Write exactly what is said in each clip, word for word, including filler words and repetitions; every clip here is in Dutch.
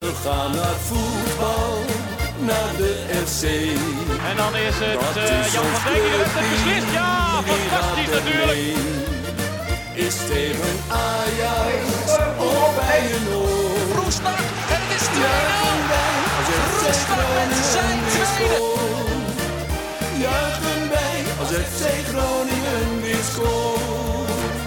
we gaan naar het voetbal, naar de F C. En dan is het uh, Jan van Dijk die de wedstrijd beslist. Ja, fantastisch natuurlijk. Is tegen Ajax of bij een oor. Roestak en het is twee nul. Roestak met zijn tweede. Juichen wij als F C Groningen weer scoort.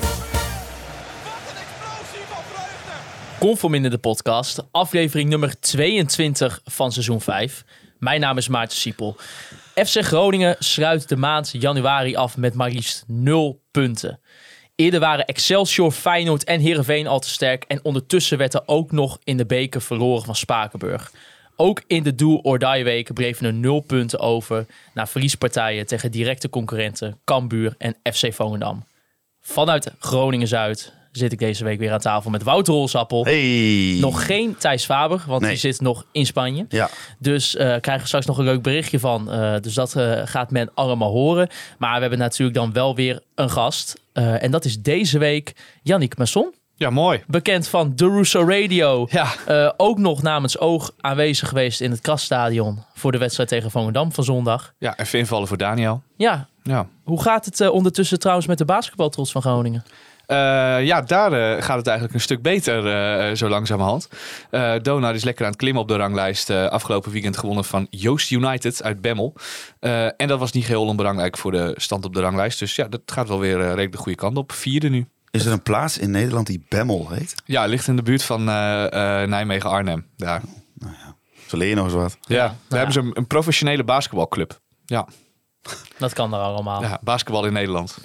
Wat een explosie van vreugde. Conforminder de podcast, aflevering nummer tweeëntwintig van seizoen vijf. Mijn naam is Maarten Siepel. F C Groningen sluit de maand januari af met maar liefst nul punten. Eerder waren Excelsior, Feyenoord en Heerenveen al te sterk en ondertussen werd er ook nog in de beker verloren van Spakenburg. Ook in de do-or-die weken bleven er nul punten over na verliespartijen tegen directe concurrenten Cambuur en F C Volendam. Vanuit Groningen-Zuid zit ik deze week weer aan tafel met Wouter Holsappel. Hey. Nog geen Thijs Faber, want Nee. die zit nog in Spanje. Ja. Dus uh, krijgen we straks nog een leuk berichtje van. Uh, dus dat uh, gaat men allemaal horen. Maar we hebben natuurlijk dan wel weer een gast. Uh, en dat is deze week Yannick Masson. Ja, mooi. Bekend van The Russo Radio. Ja. Uh, ook nog namens Oog aanwezig geweest in het Krasstadion voor de wedstrijd tegen Volendam van zondag. Ja, even invallen voor Daniel. Ja. Ja. Hoe gaat het uh, ondertussen trouwens met de basketbaltrots van Groningen? Uh, ja, daar uh, gaat het eigenlijk een stuk beter uh, zo langzamerhand. Uh, Donar is lekker aan het klimmen op de ranglijst. Uh, afgelopen weekend gewonnen van Joost United uit Bemmel. Uh, en dat was niet geheel onbelangrijk voor de stand op de ranglijst. Dus ja, dat gaat wel weer uh, redelijk de goede kant op. Vierde nu. Is er een plaats in Nederland die Bemmel heet? Ja, ligt in de buurt van uh, uh, Nijmegen-Arnhem. Daar. Nou ja, zo leer je nog eens wat. Ja, Ja, daar ja. hebben ze een, een professionele basketbalclub. Ja. Dat kan er allemaal. ja, basketbal in Nederland.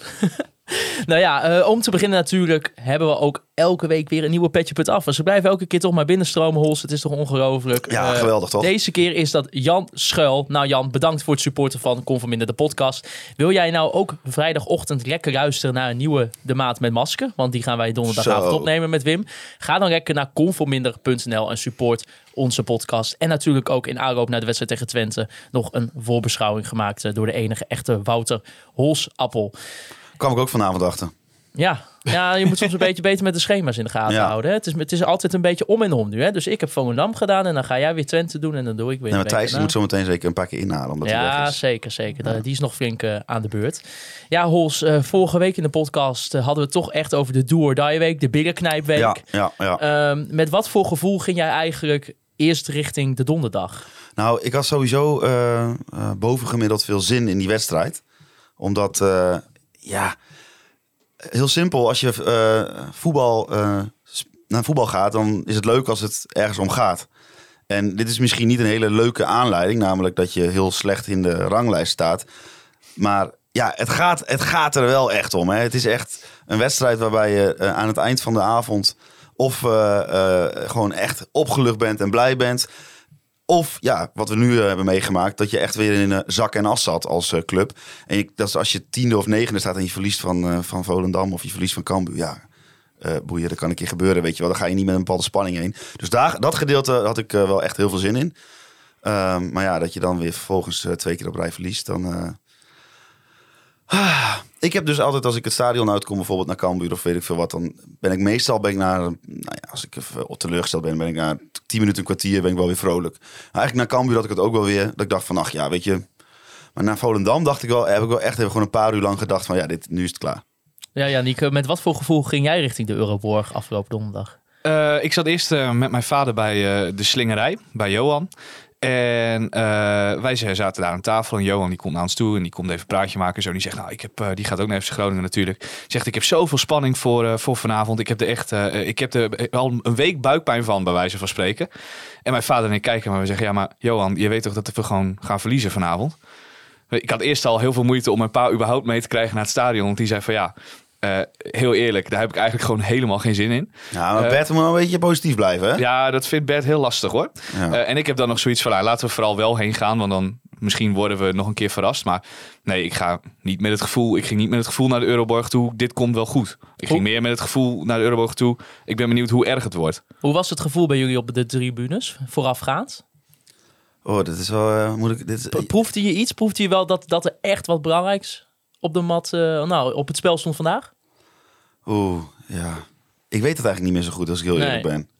Nou ja, uh, om te beginnen natuurlijk hebben we ook elke week weer een nieuwe Petje Put af. Dus we blijven elke keer toch maar binnenstromen, Hols. Het is toch ongelooflijk. Ja, Uh, geweldig toch? Deze keer is dat Jan Schuil. Nou Jan, bedankt voor het supporten van Conforminder de podcast. Wil jij nou ook vrijdagochtend lekker luisteren naar een nieuwe De Maat met Masker? Want die gaan wij donderdagavond Zo. opnemen met Wim. Ga dan lekker naar conforminder punt n l en support onze podcast. En natuurlijk ook in aanloop naar de wedstrijd tegen Twente nog een voorbeschouwing gemaakt uh, door de enige echte Wouter Holsappel. Kwam ik ook vanavond achter. Ja, ja, je moet soms een beetje beter met de schema's in de gaten Ja. houden. Hè? Het, is, het is altijd een beetje om en om nu. Hè? Dus ik heb Volendam gedaan en dan ga jij weer Twente doen en dan doe ik weer Nee, maar een Thijs beetje die moet zo meteen zeker een paar keer inhalen. Omdat hij Ja, weg is. zeker, zeker. Ja. Die is nog flink uh, aan de beurt. Ja, Hols, uh, vorige week in de podcast uh, hadden we het toch echt over de do-or-die week, de billerknijpweek. Ja, ja, ja. Um, met wat voor gevoel ging jij eigenlijk eerst richting de donderdag? Nou, ik had sowieso uh, uh, bovengemiddeld veel zin in die wedstrijd. Omdat, uh, ja, heel simpel. Als je uh, voetbal, uh, naar voetbal gaat, dan is het leuk als het ergens om gaat. En dit is misschien niet een hele leuke aanleiding. Namelijk dat je heel slecht in de ranglijst staat. Maar ja, het gaat, het gaat er wel echt om. Hè. Het is echt een wedstrijd waarbij je uh, aan het eind van de avond of uh, uh, gewoon echt opgelucht bent en blij bent. Of ja, wat we nu uh, hebben meegemaakt, dat je echt weer in een zak en as zat als uh, club. En je, dat is als je tiende of negende staat en je verliest van, uh, van Volendam of je verliest van Cambuur. Ja, uh, boeien, dat kan een keer gebeuren, weet je wel. Dan ga je niet met een bepaalde spanning heen. Dus daar, dat gedeelte had ik uh, wel echt heel veel zin in. Um, maar ja, dat je dan weer vervolgens uh, twee keer op rij verliest, dan... Uh... Ah, ik heb dus altijd, als ik het stadion uitkom, bijvoorbeeld naar Cambuur of weet ik veel wat, dan ben ik meestal, ben ik na, nou ja, als ik even teleurgesteld ben, ben ik na tien minuten, een kwartier, ben ik wel weer vrolijk. Maar eigenlijk naar Cambuur had ik het ook wel weer, dat ik dacht van, ach ja, weet je. Maar na Volendam dacht ik wel, heb ik wel echt even gewoon een paar uur lang gedacht van, ja, dit, nu is het klaar. Ja, Janniek, met wat voor gevoel ging jij richting de Euroborg afgelopen donderdag? Uh, ik zat eerst uh, met mijn vader bij uh, de slingerij, bij Johan. En uh, wij zaten daar aan tafel en Johan die komt naar ons toe en die komt even een praatje maken. Zo. En die zegt, nou, ik heb, uh, die gaat ook naar F C Groningen natuurlijk. Zegt, ik heb zoveel spanning voor, uh, voor vanavond. Ik heb er echt, uh, ik heb er al een week buikpijn van, bij wijze van spreken. En mijn vader en ik kijken, maar we zeggen, ja, maar Johan, je weet toch dat we gewoon gaan verliezen vanavond? Ik had eerst al heel veel moeite om mijn pa überhaupt mee te krijgen naar het stadion. Want die zei van, ja, uh, heel eerlijk, daar heb ik eigenlijk gewoon helemaal geen zin in. Ja, maar Uh, Bert moet wel een beetje positief blijven, hè? Ja, dat vindt Bert heel lastig, hoor. Ja. Uh, en ik heb dan nog zoiets van, nou, laten we vooral wel heen gaan, want dan misschien worden we nog een keer verrast. Maar nee, ik ga niet met het gevoel, ik ging niet met het gevoel naar de Euroborg toe, dit komt wel goed. Ik ging Hoe? meer met het gevoel naar de Euroborg toe, ik ben benieuwd hoe erg het wordt. Hoe was het gevoel bij jullie op de tribunes voorafgaand? Oh, dit is wel uh, moeilijk. Dit is, Pro- Proefde je iets? Proefde je wel dat, dat er echt wat belangrijks op de mat, uh, nou, op het spel stond vandaag? Oeh, ja. Ik weet het eigenlijk niet meer zo goed als ik heel Nee. eerlijk ben.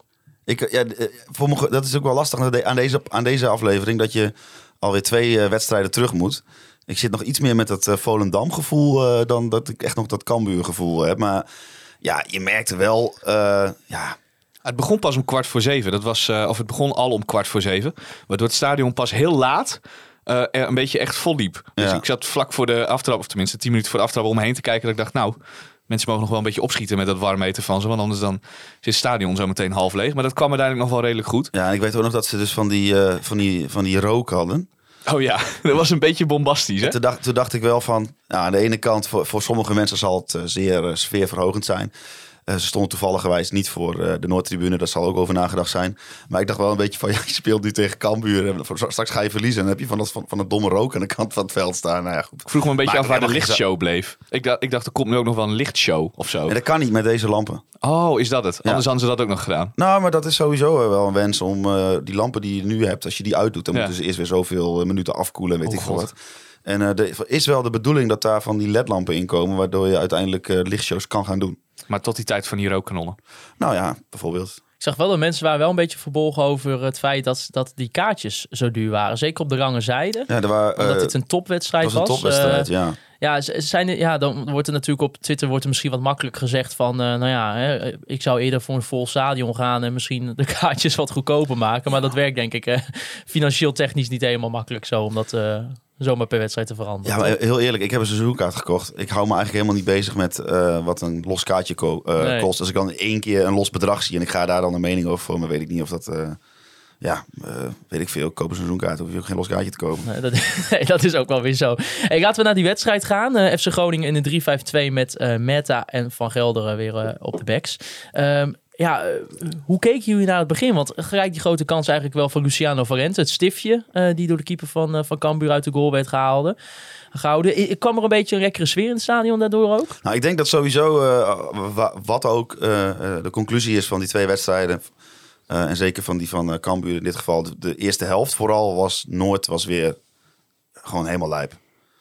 Ik, ja, voor me, dat is ook wel lastig aan deze, aan deze aflevering, dat je alweer twee uh, wedstrijden terug moet. Ik zit nog iets meer met dat uh, Volendam gevoel uh, dan dat ik echt nog dat Cambuur gevoel heb. Maar ja, je merkte wel, uh, ja... Het begon pas om kwart voor zeven. Dat was, uh, of het begon al om kwart voor zeven. Waardoor het stadion pas heel laat uh, er een beetje echt vol liep. Dus ja. ik zat vlak voor de aftrap, of tenminste tien minuten voor de aftrap om me heen te kijken. Dat ik dacht, nou, mensen mogen nog wel een beetje opschieten met dat warmeten van ze. Want anders dan is het stadion zo meteen half leeg. Maar dat kwam uiteindelijk nog wel redelijk goed. Ja, en ik weet ook nog dat ze dus van die, uh, van die, van die rook hadden. Oh ja, dat was een beetje bombastisch, hè? Toen dacht, toen dacht ik wel van, nou, aan de ene kant, voor, voor sommige mensen zal het uh, zeer uh, sfeerverhogend zijn. Uh, ze stonden toevalligerwijs niet voor uh, de Noordtribune. Dat zal ook over nagedacht zijn. Maar ik dacht wel een beetje van, ja, je speelt nu tegen Cambuur. En straks ga je verliezen. En dan heb je van dat, van, van het domme rook aan de kant van het veld staan. Nou ja, goed. Ik vroeg me een beetje Maar af waar de helemaal lichtshow bleef. Ik dacht, ik dacht, er komt nu ook nog wel een lichtshow of zo. En dat kan niet met deze lampen. Oh, is dat het? Ja. Anders hadden ze dat ook nog gedaan. Nou, maar dat is sowieso uh, wel een wens om uh, die lampen die je nu hebt, als je die uitdoet, dan Ja. moeten ze eerst weer zoveel uh, minuten afkoelen en weet Oh, ik veel God. wat. En uh, er is wel de bedoeling dat daar van die ledlampen in komen, waardoor je uiteindelijk uh, lichtshows kan gaan doen. Maar tot die tijd van die rookkanonnen. Nou ja, bijvoorbeeld. Ik zag wel dat mensen waren wel een beetje verbolgen over het feit dat, dat die kaartjes zo duur waren. Zeker op de range Ja, er waren, Omdat uh, dit een topwedstrijd was was. een topwedstrijd, Uh, ja. ja, ze- ze zijn, ja, dan wordt er natuurlijk op Twitter wordt er misschien wat makkelijk gezegd van... Uh, nou ja, hè, ik zou eerder voor een vol stadion gaan en misschien de kaartjes wat goedkoper maken. Maar dat werkt denk ik uh, financieel technisch niet helemaal makkelijk zo om dat uh, zomaar per wedstrijd te veranderen. Ja, maar heel eerlijk, ik heb een seizoenkaart gekocht. Ik hou me eigenlijk helemaal niet bezig met uh, wat een los kaartje ko- uh, Nee. kost. Als ik dan één keer een los bedrag zie en ik ga daar dan een mening over vormen, weet ik niet of dat... Uh, ja, uh, weet ik veel. Koop een seizoenkaart, hoef je ook geen los kaartje te kopen. Nee, dat, nee, dat is ook wel weer zo. Hey, laten we naar die wedstrijd gaan. Uh, F C Groningen in de drie vijf twee met uh, Meta en Van Gelderen weer uh, op de backs. Um, ja, uh, hoe keken jullie naar het begin? Want gelijk die grote kans eigenlijk wel van Luciano Valente. Het stiftje uh, die door de keeper van, uh, van Cambuur uit de goal werd gehaald. gehouden. Ik kwam er een beetje een lekkere sfeer in het stadion daardoor ook? Nou, ik denk dat sowieso, uh, wa- wat ook uh, uh, de conclusie is van die twee wedstrijden... Uh, en zeker van die van uh, Cambuur in dit geval. De, de eerste helft vooral was Noord was weer gewoon helemaal lijp.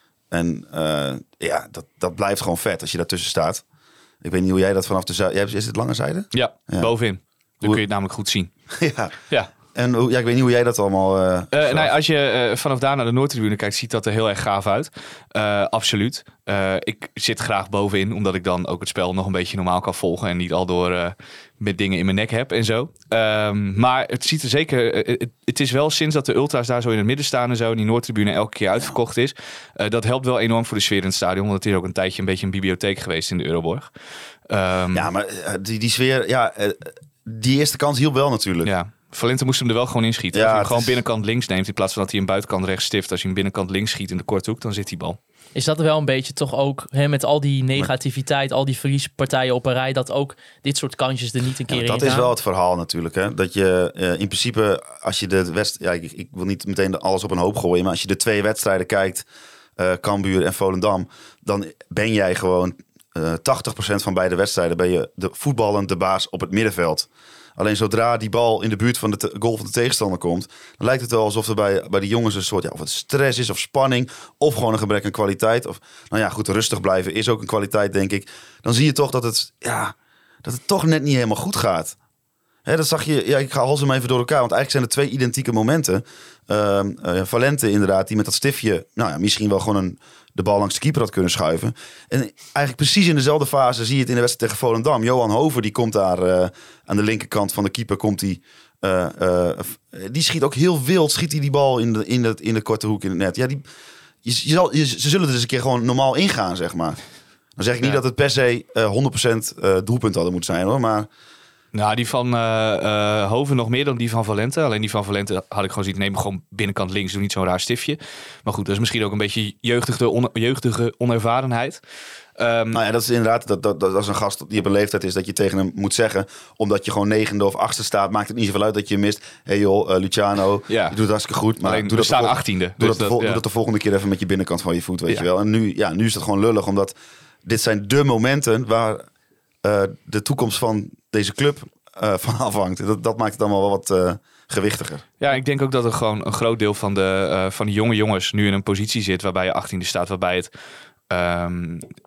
En uh, ja, dat, dat blijft gewoon vet als je daartussen staat. Ik weet niet hoe jij dat vanaf de zijde... Is het lange zijde? Ja, Ja. bovenin. Dan Hoe- kun je het namelijk goed zien. Ja. Ja. En hoe, ja, ik weet niet hoe jij dat allemaal... Uh, Uh, zag. nou, als je uh, vanaf daar naar de Noordtribune kijkt, ziet dat er heel erg gaaf uit. Uh, absoluut. Uh, ik zit graag bovenin, omdat ik dan ook het spel nog een beetje normaal kan volgen. En niet al door uh, met dingen in mijn nek heb en zo. Um, maar het ziet er zeker... Uh, het, het is wel sinds dat de ultra's daar zo in het midden staan en zo, en die Noordtribune elke keer uitverkocht is. Uh, dat helpt wel enorm voor de sfeer in het stadion. Want het is ook een tijdje een beetje een bibliotheek geweest in de Euroborg. Um, Ja, maar uh, die, die sfeer... Ja, uh, die eerste kans hielp wel natuurlijk. Ja, Valente moest hem er wel gewoon inschieten. Ja, Als hij hem het gewoon is- binnenkant links neemt in plaats van dat hij hem buitenkant rechts stift. Als je hem binnenkant links schiet in de korte hoek, dan zit die bal. Is dat wel een beetje toch ook, hè, met al die negativiteit, al die verliespartijen op een rij, dat ook dit soort kansjes er niet een Ja, keer maar in dat is gaan? wel het verhaal natuurlijk. Hè? Dat je uh, in principe, als je de wedstrijd... Ja, ik, ik wil niet meteen alles op een hoop gooien. Maar als je de twee wedstrijden kijkt, uh, Cambuur en Volendam... dan ben jij gewoon uh, tachtig procent van beide wedstrijden... ben je de voetballend de baas op het middenveld. Alleen zodra die bal in de buurt van de te- goal van de tegenstander komt... dan lijkt het wel alsof er bij, bij die jongens een soort... Ja, of het stress is of spanning of gewoon een gebrek aan kwaliteit. Of, nou ja, goed, rustig blijven is ook een kwaliteit, denk ik. Dan zie je toch dat het, ja, dat het toch net niet helemaal goed gaat. Hè, dat zag je, ja, ik ga hals hem even door elkaar. Want eigenlijk zijn er twee identieke momenten. Um, uh, Valente inderdaad, die met dat stiftje... nou ja, misschien wel gewoon een, de bal langs de keeper had kunnen schuiven. En eigenlijk precies in dezelfde fase zie je het in de wedstrijd tegen Volendam. Johan Hover, die komt daar uh, aan de linkerkant van de keeper... komt die, uh, uh, die schiet ook heel wild, schiet hij die bal in de, in, de, in de korte hoek in het net. Ja, die, je, je zal, je, ze zullen er eens een keer gewoon normaal ingaan, zeg maar. Dan zeg ik niet Ja. dat het per se uh, honderd procent uh, doelpunt hadden moeten zijn, hoor. Maar Nou, die van uh, uh, Hoven nog meer dan die van Valente. Alleen die van Valente had ik gewoon zien, neem gewoon binnenkant links, doe niet zo'n raar stiftje. Maar goed, dat is misschien ook een beetje jeugdige, on- jeugdige onervarenheid. Um, nou ja, dat is inderdaad, dat, dat, dat is een gast die op een leeftijd is... dat je tegen hem moet zeggen, omdat je gewoon negende of achtste staat... maakt het niet zoveel uit dat je hem mist. Hé hey joh, uh, Luciano, Ja. je doet het hartstikke goed. Maar alleen, doe we dat, staan de vol- achttiende. doe, Dus dat de vol- ja. doe dat de volgende keer even met je binnenkant van je voet, weet Ja. je wel. En nu, ja, nu is het gewoon lullig, omdat dit zijn de momenten... waar uh, de toekomst van deze club uh, van afhangt. Dat, dat maakt het allemaal wel wat uh, gewichtiger. Ja, ik denk ook dat er gewoon een groot deel van de, uh, van de jonge jongens nu in een positie zit waarbij je achttiende staat, waarbij het um,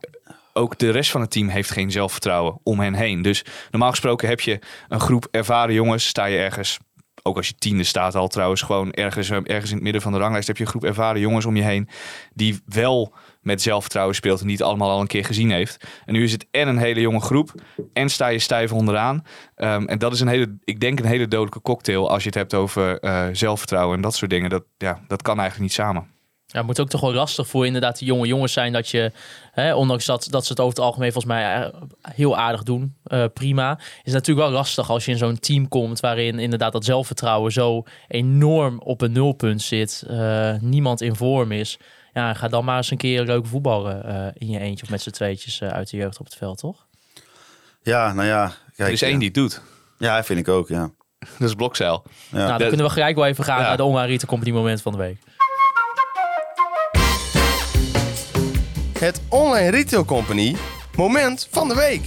ook de rest van het team heeft geen zelfvertrouwen om hen heen. Dus normaal gesproken heb je een groep ervaren jongens. Sta je ergens, ook als je tiende staat al trouwens, gewoon ergens, ergens in het midden van de ranglijst heb je een groep ervaren jongens om je heen die wel met zelfvertrouwen speelt en die het allemaal al een keer gezien heeft. En nu is het en een hele jonge groep en sta je stijf onderaan. Um, en dat is een hele, ik denk een hele dodelijke cocktail als je het hebt over uh, zelfvertrouwen en dat soort dingen. Dat, ja, dat kan eigenlijk niet samen. Ja, het moet ook toch wel lastig voor inderdaad die jonge jongens zijn dat je, hè, ondanks dat, dat ze het over het algemeen volgens mij heel aardig doen, uh, prima, is het natuurlijk wel lastig als je in zo'n team komt waarin inderdaad dat zelfvertrouwen zo enorm op een nulpunt zit, uh, niemand in vorm is. Ja, ga dan maar eens een keer leuk voetballen uh, in je eentje of met z'n tweetjes uh, uit de jeugd op het veld, toch? Ja, nou ja. Kijk, er is één ja. die het doet. Ja, vind ik ook, ja. Dat is Blokzeil. Ja. Nou, dan De- kunnen we gelijk wel even gaan Ja. naar de Online Retail Company moment van de week. Het Online Retail Company moment van de week.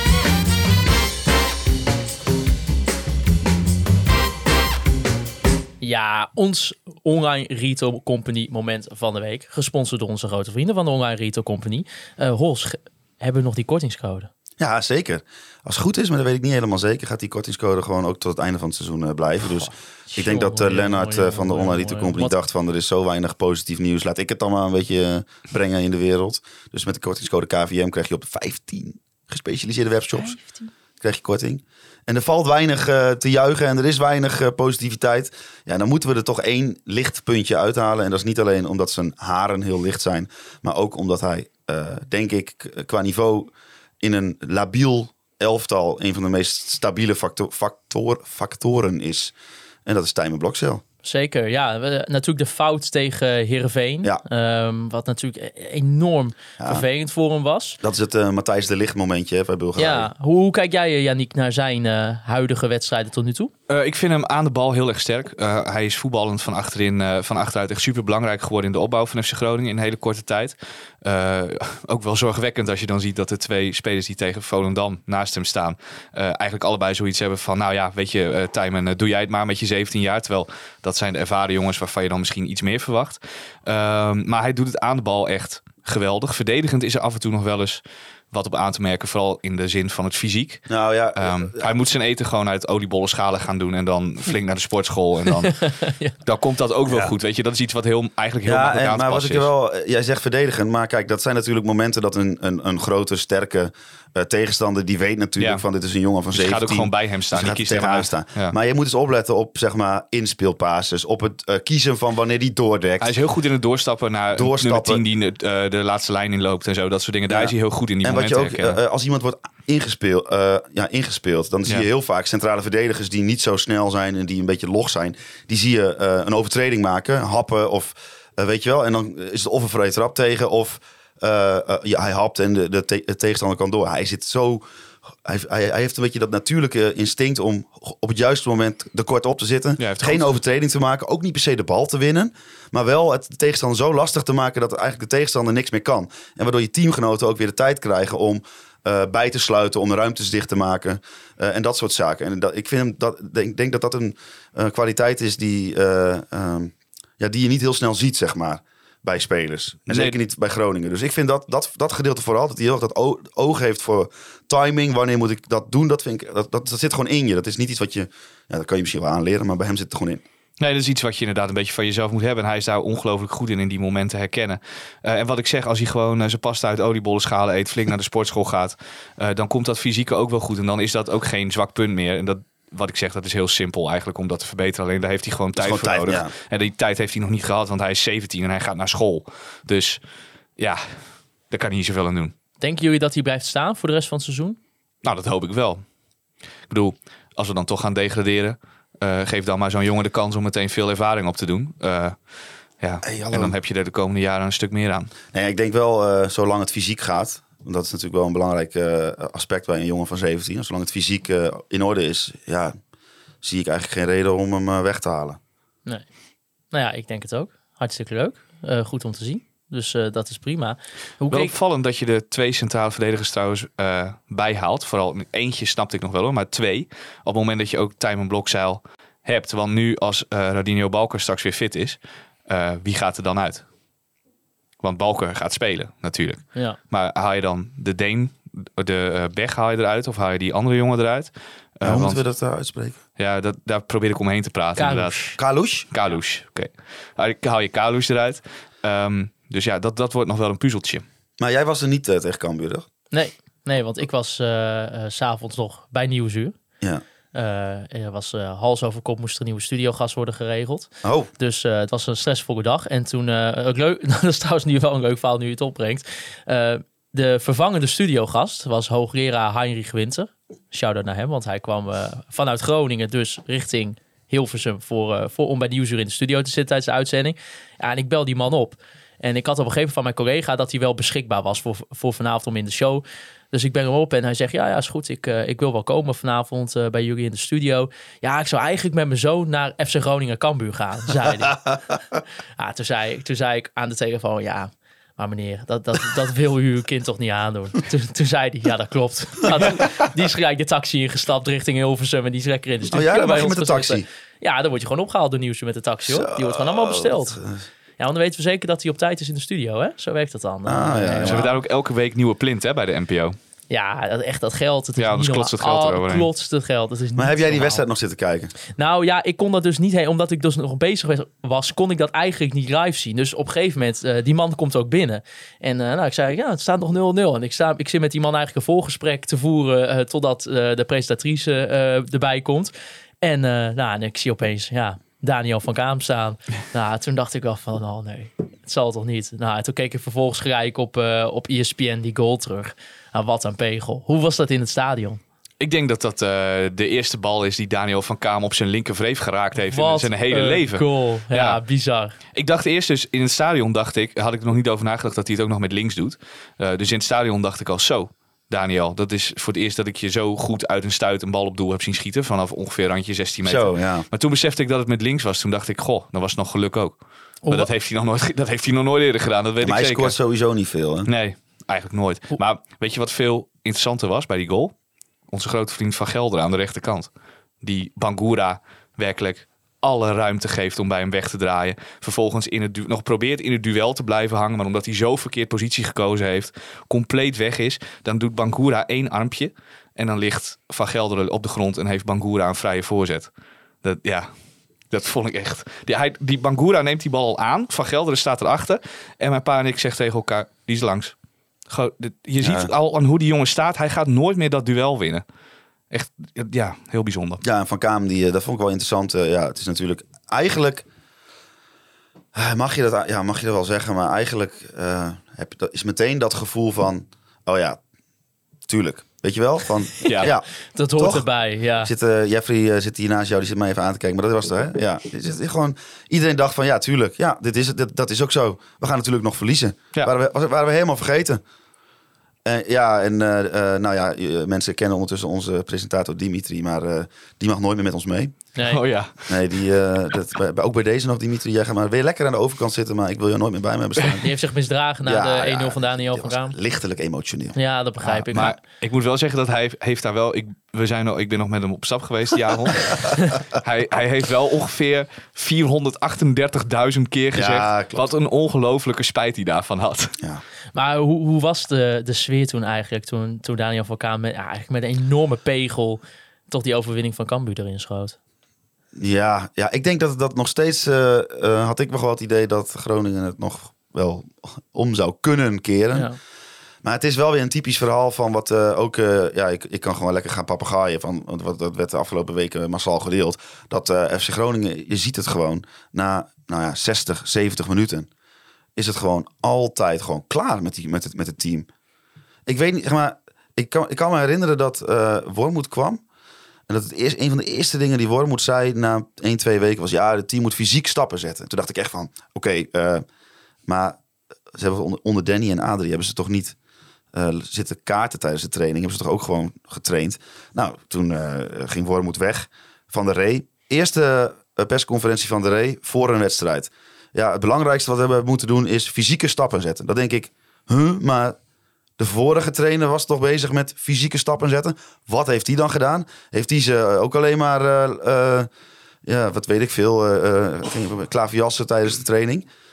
Ja, ons Online Retail Company moment van de week. Gesponsord door onze grote vrienden van de Online Retail Company. Uh, Hols, ge- hebben we nog die kortingscode? Ja, zeker. Als het goed is, maar dat weet ik niet helemaal zeker, gaat die kortingscode gewoon ook tot het einde van het seizoen uh, blijven. Dus ik denk dat uh, jongen, Lennart jongen, uh, van de jongen, Online Retail jongen. Company Wat- dacht van er is zo weinig positief nieuws. Laat ik het dan maar een beetje uh, brengen in de wereld. Dus met de kortingscode K V M krijg je op vijftien gespecialiseerde webshops krijg je korting. En er valt weinig uh, te juichen en er is weinig uh, positiviteit. Ja, dan moeten we er toch één lichtpuntje uithalen. En dat is niet alleen omdat zijn haren heel licht zijn, maar ook omdat hij, uh, denk ik, k- qua niveau in een labiel elftal een van de meest stabiele factor, factor, factoren is. En dat is Tijmen Blokzeil. Zeker, ja. We- natuurlijk de fout tegen Heerenveen. Ja. Ehm, wat natuurlijk enorm Ja. vervelend voor hem was. Dat is het uh, Matthijs de Ligt momentje hè, bij Bulgarije. Ja, hoe, hoe kijk jij, Yannick, naar zijn uh, huidige wedstrijden tot nu toe? Uh, ik vind hem aan de bal heel erg sterk. Uh, hij is voetballend van, achterin, uh, van achteruit echt super belangrijk geworden in de opbouw van F C Groningen in een hele korte tijd. Uh, ook wel zorgwekkend als je dan ziet dat de twee spelers die tegen Volendam naast hem staan, uh, eigenlijk allebei zoiets hebben van, nou ja, weet je, uh, Tijmen, uh, doe jij het maar met je zeventien jaar. Terwijl dat zijn de ervaren jongens waarvan je dan misschien iets meer verwacht. Uh, maar hij doet het aan de bal echt geweldig. Verdedigend is er af en toe nog wel eens wat op aan te merken, vooral in de zin van het fysiek. Nou ja, Um, uh, hij moet zijn eten gewoon uit oliebollen schalen gaan doen en dan flink naar de sportschool. En dan, Ja. dan komt dat ook wel Ja. goed. Weet je, dat is iets wat heel, eigenlijk heel ja, makkelijk en, aan te maar wat passen ik er is. wel, jij zegt verdedigend, maar kijk, dat zijn natuurlijk momenten dat een, een, een grote, sterke uh, tegenstander, die weet natuurlijk Ja. van dit is een jongen van Dus je zeventien. gaat ook gewoon bij hem staan. Dus Die je kiest gaat hem tegenaan uit. staan. Ja. Maar je moet eens opletten op, zeg maar, inspeelpases, op het uh, kiezen van wanneer die doordekt. Hij is heel goed in het doorstappen naar Doorstappen. nummer tien die uh, de laatste lijn inloopt en zo. Dat soort dingen. Daar Ja. is hij heel goed in die En wat je momenten ook, herkennen. uh, als iemand wordt ingespeeld, uh, ja, ingespeeld, dan zie Ja. je heel vaak centrale verdedigers die niet zo snel zijn en die een beetje log zijn. Die zie je uh, een overtreding maken, happen of uh, weet je wel. En dan is het of een vrije trap tegen of uh, uh, ja, hij hapt en de, de, te- de tegenstander kan door. Hij zit zo. Hij, hij, hij heeft een beetje dat natuurlijke instinct om op het juiste moment er kort op te zitten. Ja, hij heeft Geen goed- overtreding te maken. Ook niet per se de bal te winnen. Maar wel het de tegenstander zo lastig te maken dat eigenlijk de tegenstander niks meer kan. En waardoor je teamgenoten ook weer de tijd krijgen om uh, bij te sluiten. Om de ruimtes dicht te maken. Uh, en dat soort zaken. En dat, ik vind hem dat, denk, denk dat dat een uh, kwaliteit is die, uh, um, ja, die je niet heel snel ziet, zeg maar. Bij spelers. En Nee. zeker niet bij Groningen. Dus ik vind dat, dat, dat gedeelte vooral, dat hij heel erg dat o- oog heeft voor timing. Wanneer moet ik dat doen? Dat, vind ik, dat, dat, dat zit gewoon in je. Dat is niet iets wat je, ja, dat kan je misschien wel aanleren, maar bij hem zit het er gewoon in. Nee, dat is iets wat je inderdaad een beetje van jezelf moet hebben. En hij is daar ongelooflijk goed in, in die momenten herkennen. Uh, en wat ik zeg, als hij gewoon uh, zijn pasta uit oliebollen schalen eet, flink naar de sportschool gaat, uh, dan komt dat fysieke ook wel goed. En dan is dat ook geen zwak punt meer. En dat, wat ik zeg, dat is heel simpel eigenlijk om dat te verbeteren. Alleen daar heeft hij gewoon tijd gewoon voor tijd, nodig. ja. En die tijd heeft hij nog niet gehad, want hij is zeventien en hij gaat naar school. Dus ja, daar kan hij niet zoveel aan doen. Denken jullie dat hij blijft staan voor de rest van het seizoen? Nou, dat hoop ik wel. Ik bedoel, als we dan toch gaan degraderen, Uh, geef dan maar zo'n jongen de kans om meteen veel ervaring op te doen. Uh, ja. Hey, hallo. En dan heb je er de komende jaren een stuk meer aan. Nee, ik denk wel, uh, zolang het fysiek gaat, want dat is natuurlijk wel een belangrijk uh, aspect bij een jongen van zeventien. Zolang het fysiek uh, in orde is, ja, zie ik eigenlijk geen reden om hem uh, weg te halen. Nee. Nou ja, ik denk het ook. Hartstikke leuk. Uh, goed om te zien. Dus uh, dat is prima. Hoe Wel keek... opvallend dat je de twee centrale verdedigers trouwens uh, bijhaalt. Vooral eentje snapte ik nog wel hoor, maar twee. Op het moment dat je ook Tijmen Blokzeil hebt. Want nu als uh, Radinho Balker straks weer fit is, uh, wie gaat er dan uit? Want Balker gaat spelen, natuurlijk. Ja. Maar haal je dan de Deen, de uh, Beg haal je eruit? Of haal je die andere jongen eruit? Uh, Ja, hoe want, moeten we dat uh, uitspreken? Ja, dat, daar probeer ik omheen te praten. Kalush. inderdaad. Kalush? Kalush, oké. Okay. Haal je Kalush eruit. Um, dus ja, dat, dat wordt nog wel een puzzeltje. Maar jij was er niet uh, tegen Cambuur, toch? Nee, nee, want ik was uh, uh, 's avonds nog bij Nieuwsuur. Ja. Uh, er was uh, hals over kop moest er een nieuwe studiogast worden geregeld. Oh. Dus uh, het was een stressvolle dag. En toen, uh, ook leuk, dat is trouwens nu wel een leuk verhaal nu je het opbrengt. Uh, de vervangende studiogast was hoogleraar Heinrich Winter. Shout-out naar hem, want hij kwam uh, vanuit Groningen dus richting Hilversum voor, uh, voor, om bij Nieuwsuur in de studio te zitten tijdens de uitzending. Ja, en ik bel die man op. En ik had op een gegeven moment van mijn collega dat hij wel beschikbaar was voor, voor vanavond om in de show. Dus ik bel hem op en hij zegt, ja, ja, is goed. Ik, uh, ik wil wel komen vanavond uh, bij jullie in de studio. Ja, ik zou eigenlijk met mijn zoon naar F C Groningen Cambuur gaan, zei hij. ja, toen, zei, toen zei ik aan de telefoon, ja, maar meneer, dat, dat, dat wil u uw kind toch niet aandoen? Toen, toen zei hij, ja, dat klopt. Nou, die is gelijk de taxi ingestapt richting Hilversum en die is lekker in de studio. Oh ja, dan mag bij je ons met de gezeten. taxi? Ja, dan word je gewoon opgehaald door Nieuwsuur met de taxi, hoor. Zo, Die wordt gewoon allemaal besteld. dat, uh... Ja, want dan weten we zeker dat hij op tijd is in de studio, hè? Zo werkt dat dan. Ah, ja, ja. Ze hebben daar ook elke week nieuwe plint hè, bij de N P O. Ja, dat, echt dat geld. Het is Ja, anders niet klotst het normaal. geld Oh, eroverheen. klotst het geld. Het is Maar niet heb jij die normaal. wedstrijd nog zitten kijken? Nou ja, ik kon dat dus niet heen. Omdat ik dus nog bezig was, kon ik dat eigenlijk niet live zien. Dus op een gegeven moment, uh, die man komt ook binnen. En uh, nou, ik zei, ja, het staat nog nul nul. En ik, sta, ik zit met die man eigenlijk een voorgesprek te voeren... Uh, totdat uh, de presentatrice uh, erbij komt. En, uh, nou, en ik zie opeens, ja... Daniel van Kaam staan. Nou, toen dacht ik wel van, oh nee, het zal toch niet. Nou, toen keek ik vervolgens gelijk op, uh, op E S P N die goal terug. Nou, wat een pegel. Hoe was dat in het stadion? Ik denk dat dat uh, de eerste bal is die Daniel van Kaam op zijn linkervreef geraakt heeft in Wat zijn hele een leven. Goal. Ja, Ja. bizar. Ik dacht eerst dus in het stadion, dacht ik, had ik er nog niet over nagedacht dat hij het ook nog met links doet. Uh, dus in het stadion dacht ik al zo. Daniel, dat is voor het eerst dat ik je zo goed uit een stuit een bal op doel heb zien schieten. Vanaf ongeveer randje zestien meter. Zo, ja. Maar toen besefte ik dat het met links was. Toen dacht ik, goh, dan was het nog geluk ook. Maar Hoe- dat heeft hij nog nooit, dat heeft hij nog nooit eerder gedaan. Dat weet Maar ik hij zeker. scoort sowieso niet veel, hè? Nee, eigenlijk nooit. Maar weet je wat veel interessanter was bij die goal? Onze grote vriend Van Gelder aan de rechterkant. Die Bangura werkelijk alle ruimte geeft om bij hem weg te draaien. Vervolgens in het du- nog probeert in het duel te blijven hangen. Maar omdat hij zo verkeerd positie gekozen heeft, compleet weg is. Dan doet Bangura één armpje. En dan ligt Van Gelder op de grond en heeft Bangura een vrije voorzet. Dat, ja, dat vond ik echt. Die, hij, die Bangura neemt die bal al aan. Van Gelder staat erachter. En mijn pa en ik zeggen tegen elkaar, die is langs. Gewoon, dit- je Ja. ziet al aan hoe die jongen staat. Hij gaat nooit meer dat duel winnen. Echt, ja, heel bijzonder. Ja, en Van Kaam, die, uh, dat vond ik wel interessant. Uh, ja, het is natuurlijk eigenlijk... Uh, mag, je dat, ja, mag je dat wel zeggen, maar eigenlijk uh, heb je, dat is meteen dat gevoel van... Oh ja, tuurlijk. Weet je wel? Van, Ja. ja. Dat hoort Toch? erbij, ja. Zit, uh, Jeffrey uh, zit hier naast jou, die zit mij even aan te kijken. Maar dat was het, hè? Ja. Het is gewoon, iedereen dacht van, ja, tuurlijk. Ja, dit is het, dit, dat is ook zo. We gaan natuurlijk nog verliezen. Ja. Waren, we, waren we helemaal vergeten. Uh, ja, en uh, uh, nou ja, uh, mensen kennen ondertussen onze presentator Dimitri. Maar uh, die mag nooit meer met ons mee. Nee. Oh ja. Nee, die, uh, dat, bij, bij- ook bij deze nog, Dimitri. Jij gaat maar weer lekker aan de overkant zitten. Maar ik wil jou nooit meer bij me hebben staan. Die heeft zich misdragen na Ja, de één nul ja, van Daniel die van was Kaam. lichtelijk emotioneel. Ja, dat begrijp ik. Maar ik moet wel zeggen dat hij heeft daar wel... Ik, we zijn al, ik ben nog met hem op stap geweest die avond. hij, hij heeft wel ongeveer vierhonderdachtendertigduizend keer gezegd... Ja, klopt. wat een ongelofelijke spijt hij daarvan had. Ja. Maar hoe, hoe was de, de sfeer toen eigenlijk? Toen, toen Daniel van Kaam met, ja, eigenlijk met een enorme pegel... toch die overwinning van Cambuur erin schoot. Ja, ja, ik denk dat dat nog steeds... uh, uh, had ik nog wel het idee dat Groningen het nog wel om zou kunnen keren. Ja. Maar het is wel weer een typisch verhaal van wat uh, ook... Uh, ja, ik, ik kan gewoon lekker gaan papegaaien. Van, want wat, dat werd de afgelopen weken massaal gedeeld. Dat uh, F C Groningen, je ziet het gewoon... na nou ja, zestig, zeventig minuten... is het gewoon altijd gewoon klaar met, die, met, het, met het team. Ik weet niet, zeg maar... Ik kan, ik kan me herinneren dat uh, Wormoed kwam... En dat het eerst, een van de eerste dingen die Wormoed zei na één, twee weken was... ja, het team moet fysiek stappen zetten. Toen dacht ik echt van, oké, okay, uh, maar ze hebben onder, onder Danny en Adrie... hebben ze toch niet uh, zitten kaarten tijdens de training. Hebben ze toch ook gewoon getraind. Nou, toen uh, ging Wormoed weg. Van der Rey. Eerste uh, persconferentie van der Rey voor een wedstrijd. Ja, het belangrijkste wat we hebben moeten doen is fysieke stappen zetten. Dat denk ik, huh, maar... De vorige trainer was toch bezig met fysieke stappen zetten. Wat heeft hij dan gedaan? Heeft hij ze ook alleen maar, uh, uh, ja, wat weet ik veel, uh, uh, klaverjassen tijdens de training?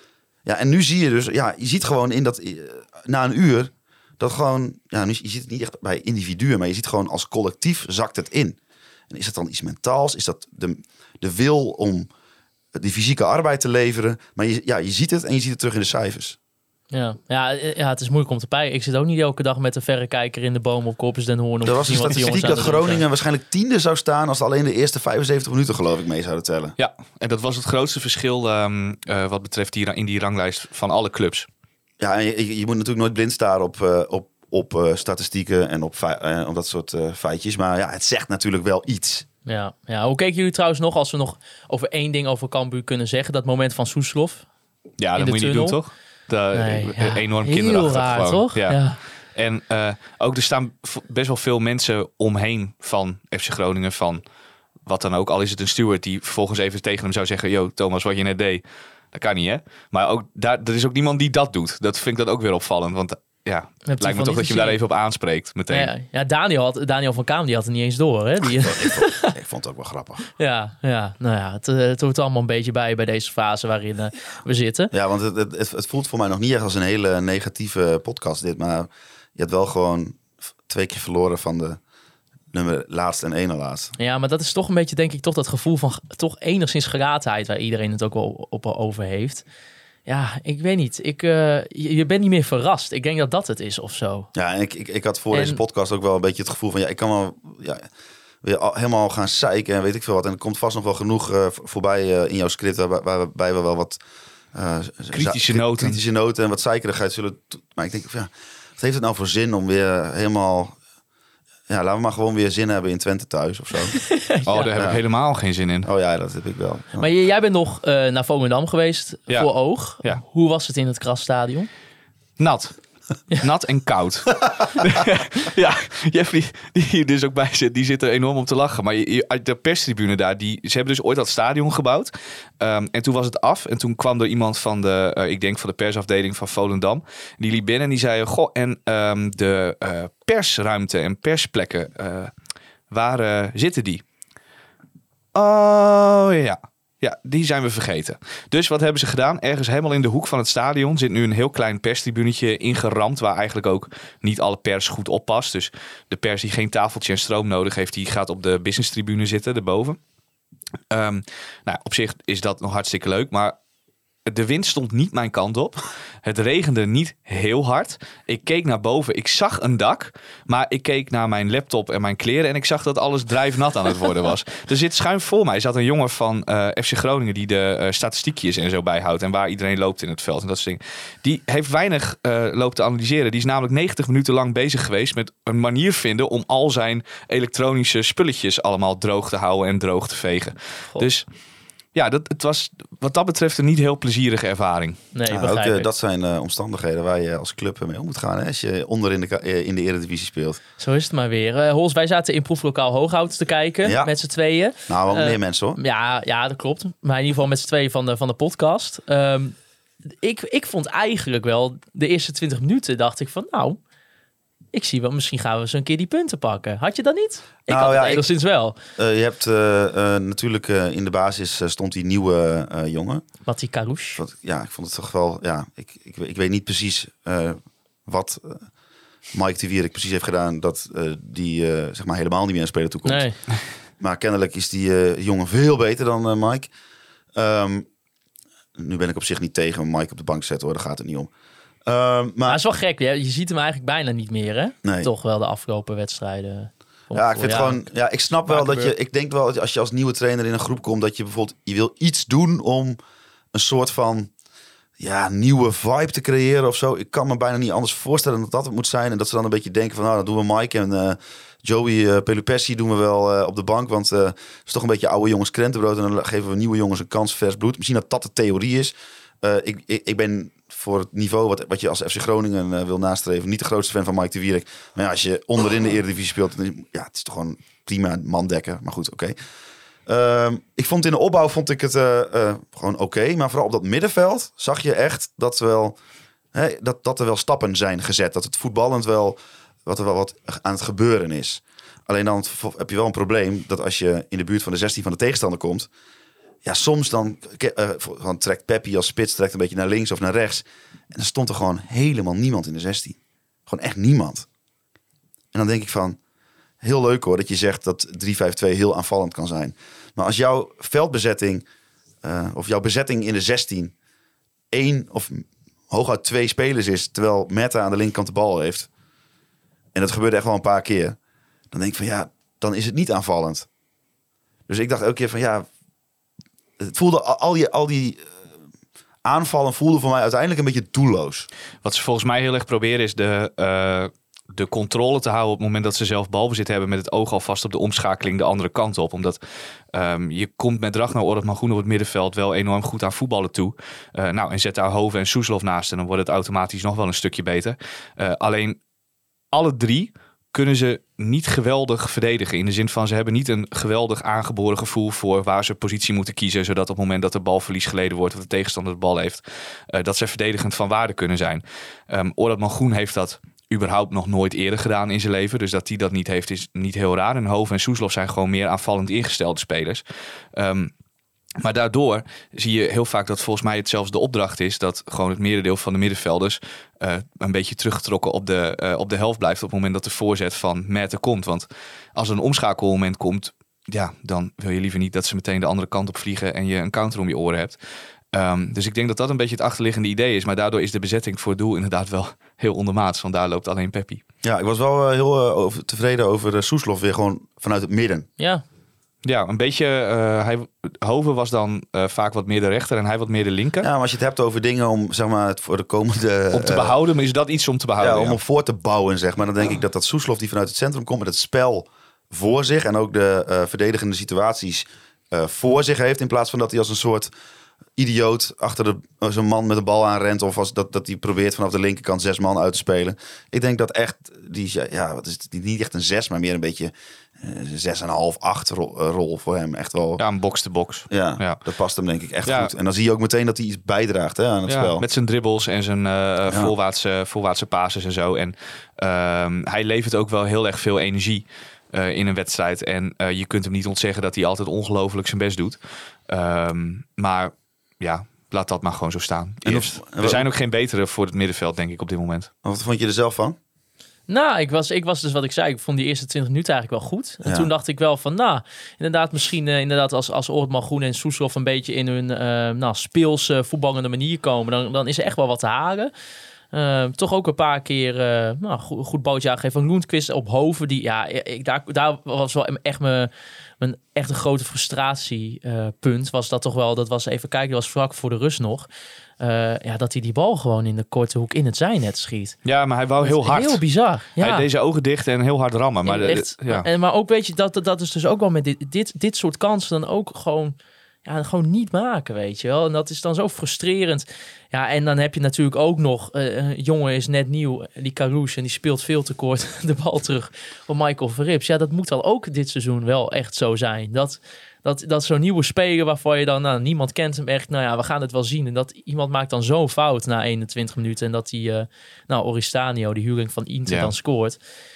Ja, en nu zie je dus, ja, je ziet gewoon in dat, uh, na een uur, dat gewoon, ja, nu, je ziet het niet echt bij individuen, maar je ziet gewoon als collectief zakt het in. En is dat dan iets mentaals? Is dat de, de wil om die fysieke arbeid te leveren? Maar je, ja, je ziet het en je ziet het terug in de cijfers. Ja. Ja, ja, het is moeilijk om te pijlen. Ik zit ook niet elke dag met een verrekijker in de boom op Corpus den Hoorn. Er was een statistiek dat Groningen waarschijnlijk tiende zou staan als alleen de eerste vijfenzeventig minuten, geloof ik, mee zouden tellen. Ja, en dat was het grootste verschil um, uh, wat betreft die, in die ranglijst van alle clubs. Ja, en je, je moet natuurlijk nooit blind staren op, uh, op, op uh, statistieken en op, uh, op dat soort uh, feitjes. Maar ja, het zegt natuurlijk wel iets. Ja, ja. Hoe keken jullie trouwens nog, als we nog over één ding over Cambuur kunnen zeggen? Dat moment van Soeslof. Ja, dat moet je niet doen, toch? De, nee, ja. Enorm heel kinderachtig raar, gewoon. toch? Ja. Ja. En uh, ook er staan best wel veel mensen omheen van F C Groningen, van wat dan ook. Al is het een steward die vervolgens even tegen hem zou zeggen: yo, Thomas, wat je net deed, dat kan niet, hè? Maar ook daar, er is ook niemand die dat doet. Dat vind ik dan ook weer opvallend, want ja, het lijkt me toch dat je hem daar even op aanspreekt meteen. Ja, ja, Daniel, had, Daniel van Kaam die had het niet eens door, hè? Die, ik, vond, ik vond het ook wel grappig. Ja, ja, nou ja, het, het hoort allemaal een beetje bij bij deze fase waarin uh, we zitten. Ja, want het, het, het voelt voor mij nog niet echt als een hele negatieve podcast dit, maar je hebt wel gewoon twee keer verloren van de nummer laatst en ene laatst. Ja, maar dat is toch een beetje, denk ik, toch dat gevoel van toch enigszins geraadheid waar iedereen het ook wel op over heeft. Ja, ik weet niet. Ik, uh, je, je bent niet meer verrast. Ik denk dat dat het is of zo. Ja, en ik, ik, ik had voor en... deze podcast ook wel een beetje het gevoel van, ja, ik kan wel ja, weer al, helemaal gaan zeiken en weet ik veel wat. En er komt vast nog wel genoeg uh, voorbij uh, in jouw script, waar, waarbij we wel wat uh, kritische za- noten. kritische noten en wat zeikerigheid zullen. To- maar ik denk, ja, wat heeft het nou voor zin om weer helemaal... Ja, laten we maar gewoon weer zin hebben in Twente thuis of zo. Oh, daar heb Ja. ik helemaal geen zin in. Oh ja, dat heb ik wel. Ja. Maar j- jij bent nog uh, naar Volendam geweest Ja. voor oog. Ja. Hoe was het in het Krasstadion? Nat. Nat en koud. Ja, Jeffrey, die hier dus ook bij zit, die zit er enorm om te lachen. Maar je, je, de perstribune daar, die, ze hebben dus ooit dat stadion gebouwd. Um, en toen was het af. En toen kwam er iemand van de, uh, ik denk van de persafdeling van Volendam. Die liep binnen en die zei, goh, en um, de uh, persruimte en persplekken, uh, waar uh, zitten die? Oh ja. Ja, die zijn we vergeten. Dus wat hebben ze gedaan? Ergens helemaal in de hoek van het stadion zit nu een heel klein perstribunetje ingeramd, waar eigenlijk ook niet alle pers goed oppast. Dus de pers die geen tafeltje en stroom nodig heeft, die gaat op de businesstribune zitten, erboven. Um, nou, op zich is dat nog hartstikke leuk, maar de wind stond niet mijn kant op. Het regende niet heel hard. Ik keek naar boven. Ik zag een dak. Maar ik keek naar mijn laptop en mijn kleren. En ik zag dat alles drijfnat aan het worden was. Er zit schuin voor mij zat een jongen van uh, F C Groningen die de uh, statistiekjes en zo bijhoudt. En waar iedereen loopt in het veld en dat soort dingen. Die heeft weinig uh, lopen te analyseren. Die is namelijk negentig minuten lang bezig geweest met een manier vinden om al zijn elektronische spulletjes allemaal droog te houden en droog te vegen. God. Dus... Ja, dat, het was wat dat betreft een niet heel plezierige ervaring. Nee, ja, ook, uh, dat zijn uh, omstandigheden waar je als club mee om moet gaan. Hè? Als je onder in de, uh, in de Eredivisie speelt. Zo is het maar weer. Uh, Hols, wij zaten in proeflokaal Hooghout te kijken ja. met z'n tweeën. Nou, wel uh, meer mensen hoor. Ja, ja, dat klopt. Maar in ieder geval met z'n tweeën van de, van de podcast. Um, ik, ik vond eigenlijk wel de eerste twintig minuten dacht ik van nou... Ik zie wel, misschien gaan we eens een keer die punten pakken. Had je dat niet? Ik nou, had ja, het enigszins wel. Uh, je hebt uh, uh, natuurlijk uh, in de basis uh, stond die nieuwe uh, jongen. Matti Karouche. Wat, ja, ik vond het toch wel... Ja, ik, ik, ik weet niet precies uh, wat uh, Mike de Wierik precies heeft gedaan... dat uh, die uh, zeg maar helemaal niet meer aan spelen toekomt. Nee. Maar kennelijk is die uh, jongen veel beter dan uh, Mike. Um, nu ben ik op zich niet tegen Mike op de bank zetten, hoor. Daar gaat het niet om. Um, maar maar het is wel gek. Je, je ziet hem eigenlijk bijna niet meer, hè? Nee. Toch wel de afgelopen wedstrijden. Ja, ik vind gewoon... Ja, ik snap wel dat je... Ik denk wel, als je als nieuwe trainer in een groep komt... dat je bijvoorbeeld... Je wil iets doen om een soort van... Ja, nieuwe vibe te creëren of zo. Ik kan me bijna niet anders voorstellen dat dat het moet zijn. En dat ze dan een beetje denken van... Nou, dan doen we Mike en uh, Joey uh, Pelupessi doen we wel uh, op de bank. Want uh, het is toch een beetje oude jongens krentenbrood. En dan geven we nieuwe jongens een kans, vers bloed. Misschien dat dat de theorie is. Uh, ik, ik, ik ben... voor het niveau wat, wat je als F C Groningen uh, wil nastreven. Niet de grootste fan van Mike de Wierik. Maar ja, als je onderin de Eredivisie speelt... Dan, ja, het is toch gewoon prima man dekken. Maar goed, oké. Okay. Uh, ik vond in de opbouw vond ik het uh, uh, gewoon oké. Okay, maar vooral op dat middenveld zag je echt dat, wel, hè, dat, dat er wel stappen zijn gezet. Dat het voetballend wel wat er wel wat aan het gebeuren is. Alleen dan heb je wel een probleem dat als je in de buurt van de zestien van de tegenstander komt... ja, soms dan, uh, dan trekt Peppi als spits trekt een beetje naar links of naar rechts. En dan stond er gewoon helemaal niemand in de zestien. Gewoon echt niemand. En dan denk ik van, heel leuk hoor dat je zegt dat drie vijf twee heel aanvallend kan zijn. Maar als jouw veldbezetting, uh, of jouw bezetting in de zestien... één of hooguit twee spelers is, terwijl Meta aan de linkerkant de bal heeft. En dat gebeurde echt wel een paar keer. Dan denk ik van ja, dan is het niet aanvallend. Dus ik dacht elke keer van ja, het voelde al die, al die uh, aanvallen voelden voor mij uiteindelijk een beetje doelloos. Wat ze volgens mij heel erg proberen is de, uh, de controle te houden op het moment dat ze zelf balbezit hebben, met het oog alvast op de omschakeling de andere kant op. Omdat um, je komt met Ragnar Orad-Magoen op het middenveld wel enorm goed aan voetballen toe. Uh, nou, en zet daar Hoven en Soeslof naast en dan wordt het automatisch nog wel een stukje beter. Uh, alleen alle drie kunnen ze niet geweldig verdedigen. In de zin van, ze hebben niet een geweldig aangeboren gevoel voor waar ze positie moeten kiezen, zodat op het moment dat er balverlies geleden wordt of de tegenstander de bal heeft, uh, dat ze verdedigend van waarde kunnen zijn. Um, Orad-Magoen heeft dat überhaupt nog nooit eerder gedaan in zijn leven. Dus dat hij dat niet heeft is niet heel raar. En Hoven en Soeslof zijn gewoon meer aanvallend ingestelde spelers. Um, Maar daardoor zie je heel vaak dat volgens mij het zelfs de opdracht is dat gewoon het merendeel van de middenvelders uh, een beetje teruggetrokken op de, uh, op de helft blijft op het moment dat de voorzet van Merte komt. Want als er een omschakelmoment komt, ja, dan wil je liever niet dat ze meteen de andere kant op vliegen en je een counter om je oren hebt. Um, dus ik denk dat dat een beetje het achterliggende idee is. Maar daardoor is de bezetting voor het doel inderdaad wel heel ondermaats. Want daar loopt alleen Peppi. Ja, ik was wel uh, heel uh, over, tevreden over uh, Soeslof weer gewoon vanuit het midden. Ja. Ja, een beetje. Uh, hij, Hoven was dan uh, vaak wat meer de rechter en hij wat meer de linker. Ja, maar als je het hebt over dingen om, zeg maar, het voor de komende... Om te uh, behouden, maar is dat iets om te behouden? Ja, om ja. op voor te bouwen, zeg maar. Dan denk ja. ik dat dat Soeslof die vanuit het centrum komt met het spel voor zich en ook de uh, verdedigende situaties uh, voor zich heeft, in plaats van dat hij als een soort idioot achter de, uh, zo'n man met de bal aanrent of als dat, dat hij probeert vanaf de linkerkant zes man uit te spelen. Ik denk dat echt, die, ja, wat is het, die, niet echt een zes, maar meer een beetje zes en een half, acht rol, rol voor hem. Echt wel. Ja, een box-to-box. Ja, ja, dat past hem denk ik echt ja. goed. En dan zie je ook meteen dat hij iets bijdraagt hè, aan het ja, spel. Met zijn dribbles en zijn uh, ja. voorwaartse, voorwaartse passes en zo. En uh, hij levert ook wel heel erg veel energie uh, in een wedstrijd. En uh, je kunt hem niet ontzeggen dat hij altijd ongelooflijk zijn best doet. Um, maar ja, laat dat maar gewoon zo staan. Of, er zijn ook geen betere voor het middenveld, denk ik, op dit moment. Wat vond je er zelf van? Nou, ik was, ik was dus wat ik zei. Ik vond die eerste twintig minuten eigenlijk wel goed. En ja. toen dacht ik wel van, nou, inderdaad, misschien uh, inderdaad als, als Orad-Magoen en Soeslof een beetje in hun uh, nou, speelse, uh, voetballende manier komen, dan, dan is er echt wel wat te halen. Uh, toch ook een paar keer uh, nou, goed, goed bootje aangegeven van Lundqvist op Hoven. Die, ja, ik, daar, daar was wel echt mijn, mijn echt een grote frustratiepunt. Uh, was dat toch wel, dat was even kijken, dat was vlak voor de rust nog. Uh, ja, dat hij die bal gewoon in de korte hoek in het zijnet schiet. Ja, maar hij wou heel hard. Heel bizar. Ja. Hij deed zijn ogen dicht en heel hard rammen. Maar, echt, de, ja. en, maar ook weet je, dat, dat is dus ook wel met dit, dit, dit soort kansen dan ook gewoon, ja, gewoon niet maken, weet je wel. En dat is dan zo frustrerend. Ja, en dan heb je natuurlijk ook nog, uh, een jongen is net nieuw, die Carouche, en die speelt veel te kort de bal terug op Michael Verrips. Ja, dat moet dan ook dit seizoen wel echt zo zijn. Dat... Dat, dat zo'n nieuwe speler waarvan je dan, nou, niemand kent hem echt. Nou ja, we gaan het wel zien. En dat iemand maakt dan zo'n fout na eenentwintig minuten. En dat die, uh, nou, Oristanio, die huurling van Inter, ja. dan scoort.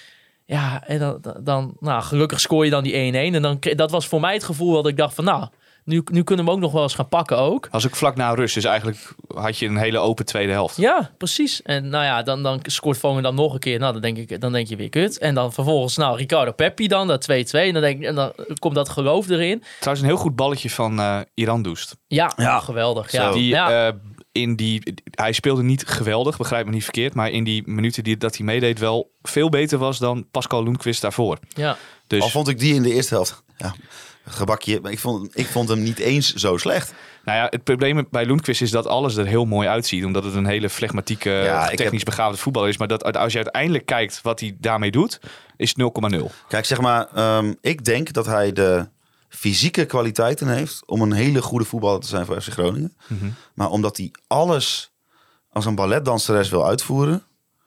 Ja, en dan, dan, nou, gelukkig scoor je dan die één-één. En dan, dat was voor mij het gevoel dat ik dacht van, nou, nu, nu kunnen we ook nog wel eens gaan pakken ook. Als ik vlak na rust, dus eigenlijk had je een hele open tweede helft. Ja, precies. En nou ja, dan, dan scoort Volgen dan nog een keer. Nou, dan denk ik, dan denk je weer kut. En dan vervolgens, nou, Ricardo Peppi dan, dat twee-twee. En dan denk ik, en dan komt dat geloof erin. Trouwens, een heel goed balletje van uh, Iran Doest. Ja, ja. geweldig. Ja. Die, ja. Uh, in die, hij speelde niet geweldig, begrijp me niet verkeerd. Maar in die minuten die, dat hij meedeed wel veel beter was dan Pascal Lundqvist daarvoor. Ja. Dus... Al vond ik die in de eerste helft... Ja. Gebakje, maar ik vond, ik vond hem niet eens zo slecht. Nou ja, het probleem bij Lundqvist is dat alles er heel mooi uitziet. Omdat het een hele flegmatieke, ja, technisch heb... begaafde voetballer is. Maar dat, als je uiteindelijk kijkt wat hij daarmee doet, is het nul komma nul. Kijk, zeg maar, um, ik denk dat hij de fysieke kwaliteiten heeft om een hele goede voetballer te zijn voor F C Groningen. Mm-hmm. Maar omdat hij alles als een balletdanseres wil uitvoeren.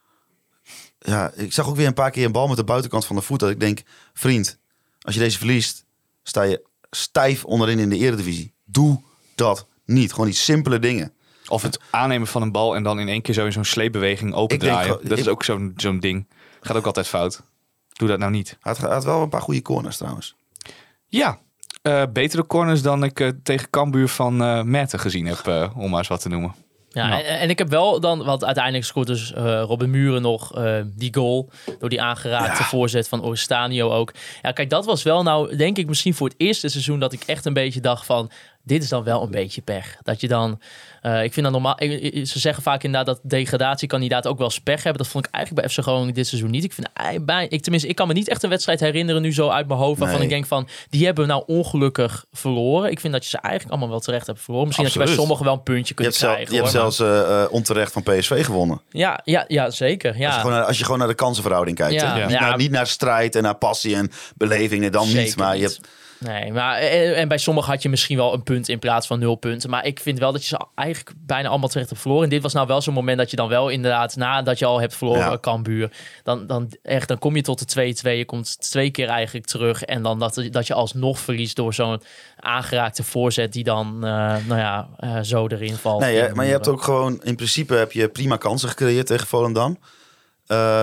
Ja, ik zag ook weer een paar keer een bal met de buitenkant van de voet. Dat ik denk, vriend, als je deze verliest, sta je stijf onderin in de Eredivisie. Doe dat niet. Gewoon die simpele dingen. Of het aannemen van een bal en dan in één keer zo in zo'n sleepbeweging opendraaien. Denk, dat ik, is ook zo'n, zo'n ding. Gaat ook altijd fout. Doe dat nou niet. Hij had, hij had wel een paar goede corners trouwens. Ja. uh, betere corners dan ik uh, tegen Cambuur van uh, Merten gezien heb, uh, om maar eens wat te noemen. Ja, nou. en, en ik heb wel dan, want uiteindelijk scoort dus uh, Robin Muren nog uh, die goal door die aangeraakte ja. voorzet van Oristanio ook. Ja, kijk, dat was wel nou, denk ik, misschien voor het eerste seizoen dat ik echt een beetje dacht van, dit is dan wel een beetje pech. Dat je dan, uh, ik vind dat normaal, ik, ze zeggen vaak inderdaad dat degradatiekandidaten ook wel eens pech hebben. Dat vond ik eigenlijk bij F C Groningen dit seizoen niet. Ik vind, bij, ik, tenminste, ik kan me niet echt een wedstrijd herinneren nu zo uit mijn hoofd, waarvan nee. ik denk van, die hebben we nou ongelukkig verloren. Ik vind dat je ze eigenlijk allemaal wel terecht hebt verloren. Misschien Absoluut. dat je bij sommigen wel een puntje kunt je krijgen. Zel, je hebt zelfs uh, onterecht van P S V gewonnen. Ja, ja, ja zeker. Ja. Als, je gewoon naar, als je gewoon naar de kansenverhouding kijkt. Ja. Ja. Ja. Niet, naar, niet naar strijd en naar passie en beleving. Dan zeker niet, maar niet. je hebt... Nee, maar en, en bij sommigen had je misschien wel een punt in plaats van nul punten. Maar ik vind wel dat je ze eigenlijk bijna allemaal terecht hebt verloren. En dit was nou wel zo'n moment dat je dan wel inderdaad, nadat je al hebt verloren, ja. Cambuur, dan, dan, echt, dan kom je tot de twee-twee. Je komt twee keer eigenlijk terug. En dan dat, dat je alsnog verliest door zo'n aangeraakte voorzet die dan, uh, nou ja, uh, zo erin valt. Nee, hè, maar je hebt ook gewoon, in principe heb je prima kansen gecreëerd tegen Volendam. Uh,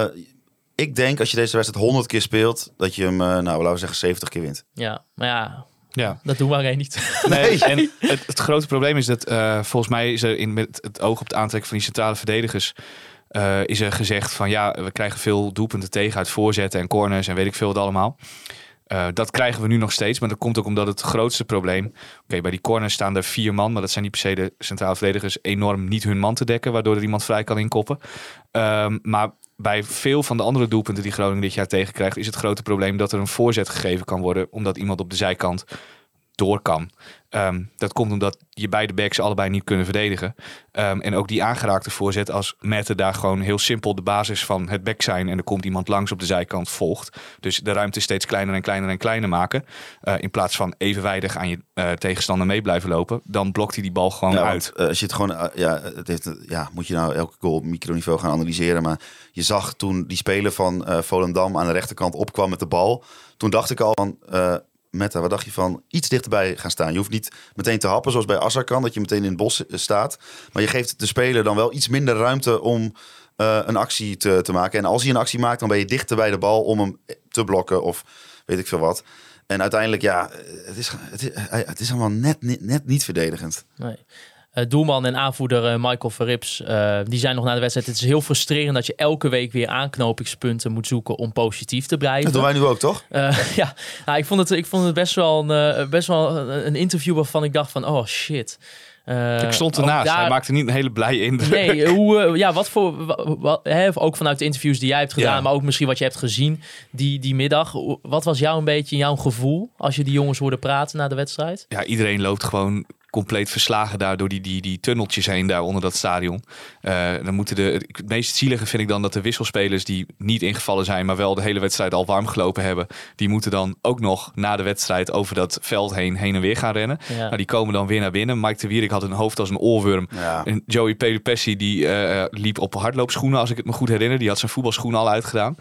Ik denk, als je deze wedstrijd honderd keer speelt, dat je hem, nou, laten we zeggen, zeventig keer wint. Ja, maar ja, ja. dat doen we alleen niet. Nee, en het, het grote probleem is dat, uh, volgens mij is er in, met het oog op het aantrekken van die centrale verdedigers, uh, is er gezegd van, ja, we krijgen veel doelpunten tegen uit voorzetten en corners en weet ik veel wat allemaal. Uh, dat krijgen we nu nog steeds, maar dat komt ook omdat het grootste probleem... Oké, okay, bij die corners staan er vier man, maar dat zijn niet per se de centrale verdedigers enorm niet hun man te dekken, waardoor er iemand vrij kan inkoppen. Um, maar bij veel van de andere doelpunten die Groningen dit jaar tegenkrijgt, is het grote probleem dat er een voorzet gegeven kan worden, omdat iemand op de zijkant door kan. Um, dat komt omdat je beide backs allebei niet kunnen verdedigen. Um, en ook die aangeraakte voorzet, als Merten daar gewoon heel simpel de basis van het back zijn en er komt iemand langs op de zijkant, volgt. Dus de ruimte steeds kleiner en kleiner en kleiner maken. Uh, in plaats van evenwijdig aan je uh, tegenstander mee blijven lopen, dan blokt hij die bal gewoon ja, uit. Want, uh, als je het gewoon, uh, ja, het heeft, ja, moet je nou elke goal op microniveau gaan analyseren. Maar je zag toen die speler van uh, Volendam aan de rechterkant opkwam met de bal. Toen dacht ik al van, uh, Meta, wat dacht je van iets dichterbij gaan staan? Je hoeft niet meteen te happen zoals bij Azarkan, dat je meteen in het bos staat. Maar je geeft de speler dan wel iets minder ruimte om uh, een actie te, te maken. En als hij een actie maakt, dan ben je dichter bij de bal om hem te blokken of weet ik veel wat. En uiteindelijk, ja, het is, het is, het is allemaal net, net, net niet verdedigend. Nee. Uh, doelman en aanvoerder uh, Michael Verrips, uh, die zijn nog na de wedstrijd. Het is heel frustrerend dat je elke week weer aanknopingspunten moet zoeken om positief te blijven. Dat doen wij nu ook, toch? Uh, ja, nou, ik, vond het, ik vond het best wel een, uh, best wel een interview waarvan ik dacht van, oh shit. Uh, ik stond ernaast. Daar... Hij maakte niet een hele blije indruk. Nee, hoe, uh, ja, wat voor, wat, wat, hè, ook vanuit de interviews die jij hebt gedaan, ja. maar ook misschien wat je hebt gezien die, die middag. Wat was jou een beetje jouw gevoel als je die jongens hoorde praten na de wedstrijd? Ja, iedereen loopt gewoon compleet verslagen daar door die, die, die tunneltjes heen daar onder dat stadion. Uh, dan moeten de, het meest zielige vind ik dan dat de wisselspelers die niet ingevallen zijn, maar wel de hele wedstrijd al warm gelopen hebben, die moeten dan ook nog na de wedstrijd over dat veld heen, heen en weer gaan rennen. Ja. Nou, die komen dan weer naar binnen. Mike de Wierik had een hoofd als een oorworm. Ja. En Joey Pelupessi die uh, liep op hardloopschoenen, als ik het me goed herinner. Die had zijn voetbalschoenen al uitgedaan.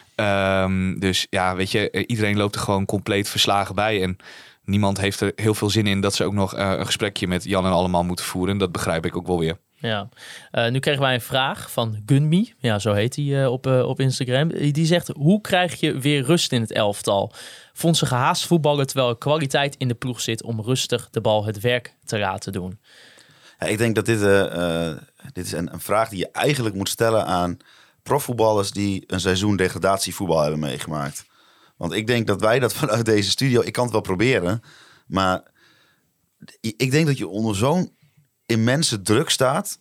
Um, dus ja, weet je, iedereen loopt er gewoon compleet verslagen bij. En niemand heeft er heel veel zin in dat ze ook nog uh, een gesprekje met Jan en allemaal moeten voeren. Dat begrijp ik ook wel weer. Ja, uh, nu kregen wij een vraag van Gunmi. Ja, zo heet hij uh, op, uh, op Instagram. Die zegt, hoe krijg je weer rust in het elftal? Vond ze gehaast voetballen terwijl er kwaliteit in de ploeg zit om rustig de bal het werk te laten doen? Ja, ik denk dat dit, uh, uh, dit is een, een vraag die je eigenlijk moet stellen aan profvoetballers die een seizoen degradatievoetbal hebben meegemaakt. Want ik denk dat wij dat vanuit deze studio, ik kan het wel proberen, maar ik denk dat je onder zo'n immense druk staat,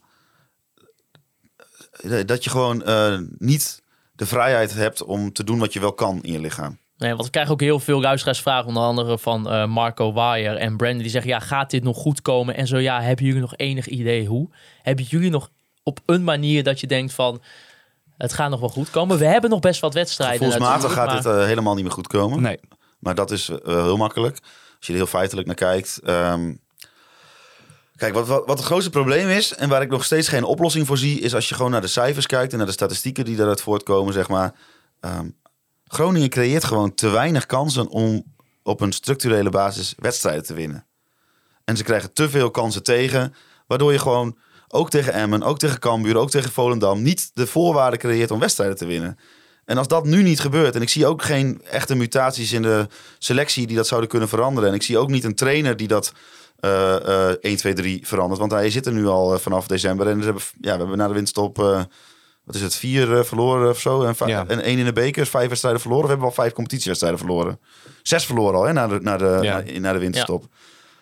dat je gewoon uh, niet de vrijheid hebt om te doen wat je wel kan in je lichaam. Nee, want ik krijg ook heel veel luisteraarsvragen, onder andere van uh, Marco Waier en Brandon, die zeggen, ja, gaat dit nog goed komen? En zo, ja, hebben jullie nog enig idee hoe? Hebben jullie nog op een manier dat je denkt van, het gaat nog wel goed komen? We hebben nog best wat wedstrijden. Gevoelsmatig gaat maar... dit uh, helemaal niet meer goed komen. Nee. Maar dat is uh, heel makkelijk. Als je er heel feitelijk naar kijkt. Um, kijk, wat, wat, wat het grootste probleem is, en waar ik nog steeds geen oplossing voor zie, is als je gewoon naar de cijfers kijkt en naar de statistieken die daaruit voortkomen, zeg maar. Um, Groningen creëert gewoon te weinig kansen om op een structurele basis wedstrijden te winnen. En ze krijgen te veel kansen tegen, waardoor je gewoon ook tegen Emmen, ook tegen Cambuur, ook tegen Volendam niet de voorwaarden creëert om wedstrijden te winnen. En als dat nu niet gebeurt... en ik zie ook geen echte mutaties in de selectie... die dat zouden kunnen veranderen. En ik zie ook niet een trainer die dat uh, uh, één, twee, drie verandert. Want hij zit er nu al uh, vanaf december. En ze hebben, ja, we hebben na de winterstop... Uh, wat is het, vier uh, verloren of zo? En, va- Ja. en één in de beker, vijf wedstrijden verloren. We hebben al vijf competitiewedstrijden verloren. Zes verloren al, hè, na de, na de, Ja. na, na de winterstop. Ja.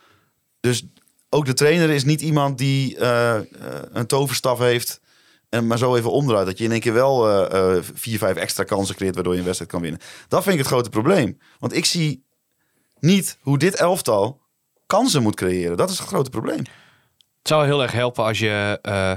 Dus ook de trainer is niet iemand die uh, uh, een toverstaf heeft... en maar zo even omdraait. Dat je in één keer wel uh, uh, vier, vijf extra kansen creëert... waardoor je een wedstrijd kan winnen. Dat vind ik het grote probleem. Want ik zie niet hoe dit elftal kansen moet creëren. Dat is het grote probleem. Het zou heel erg helpen als je uh,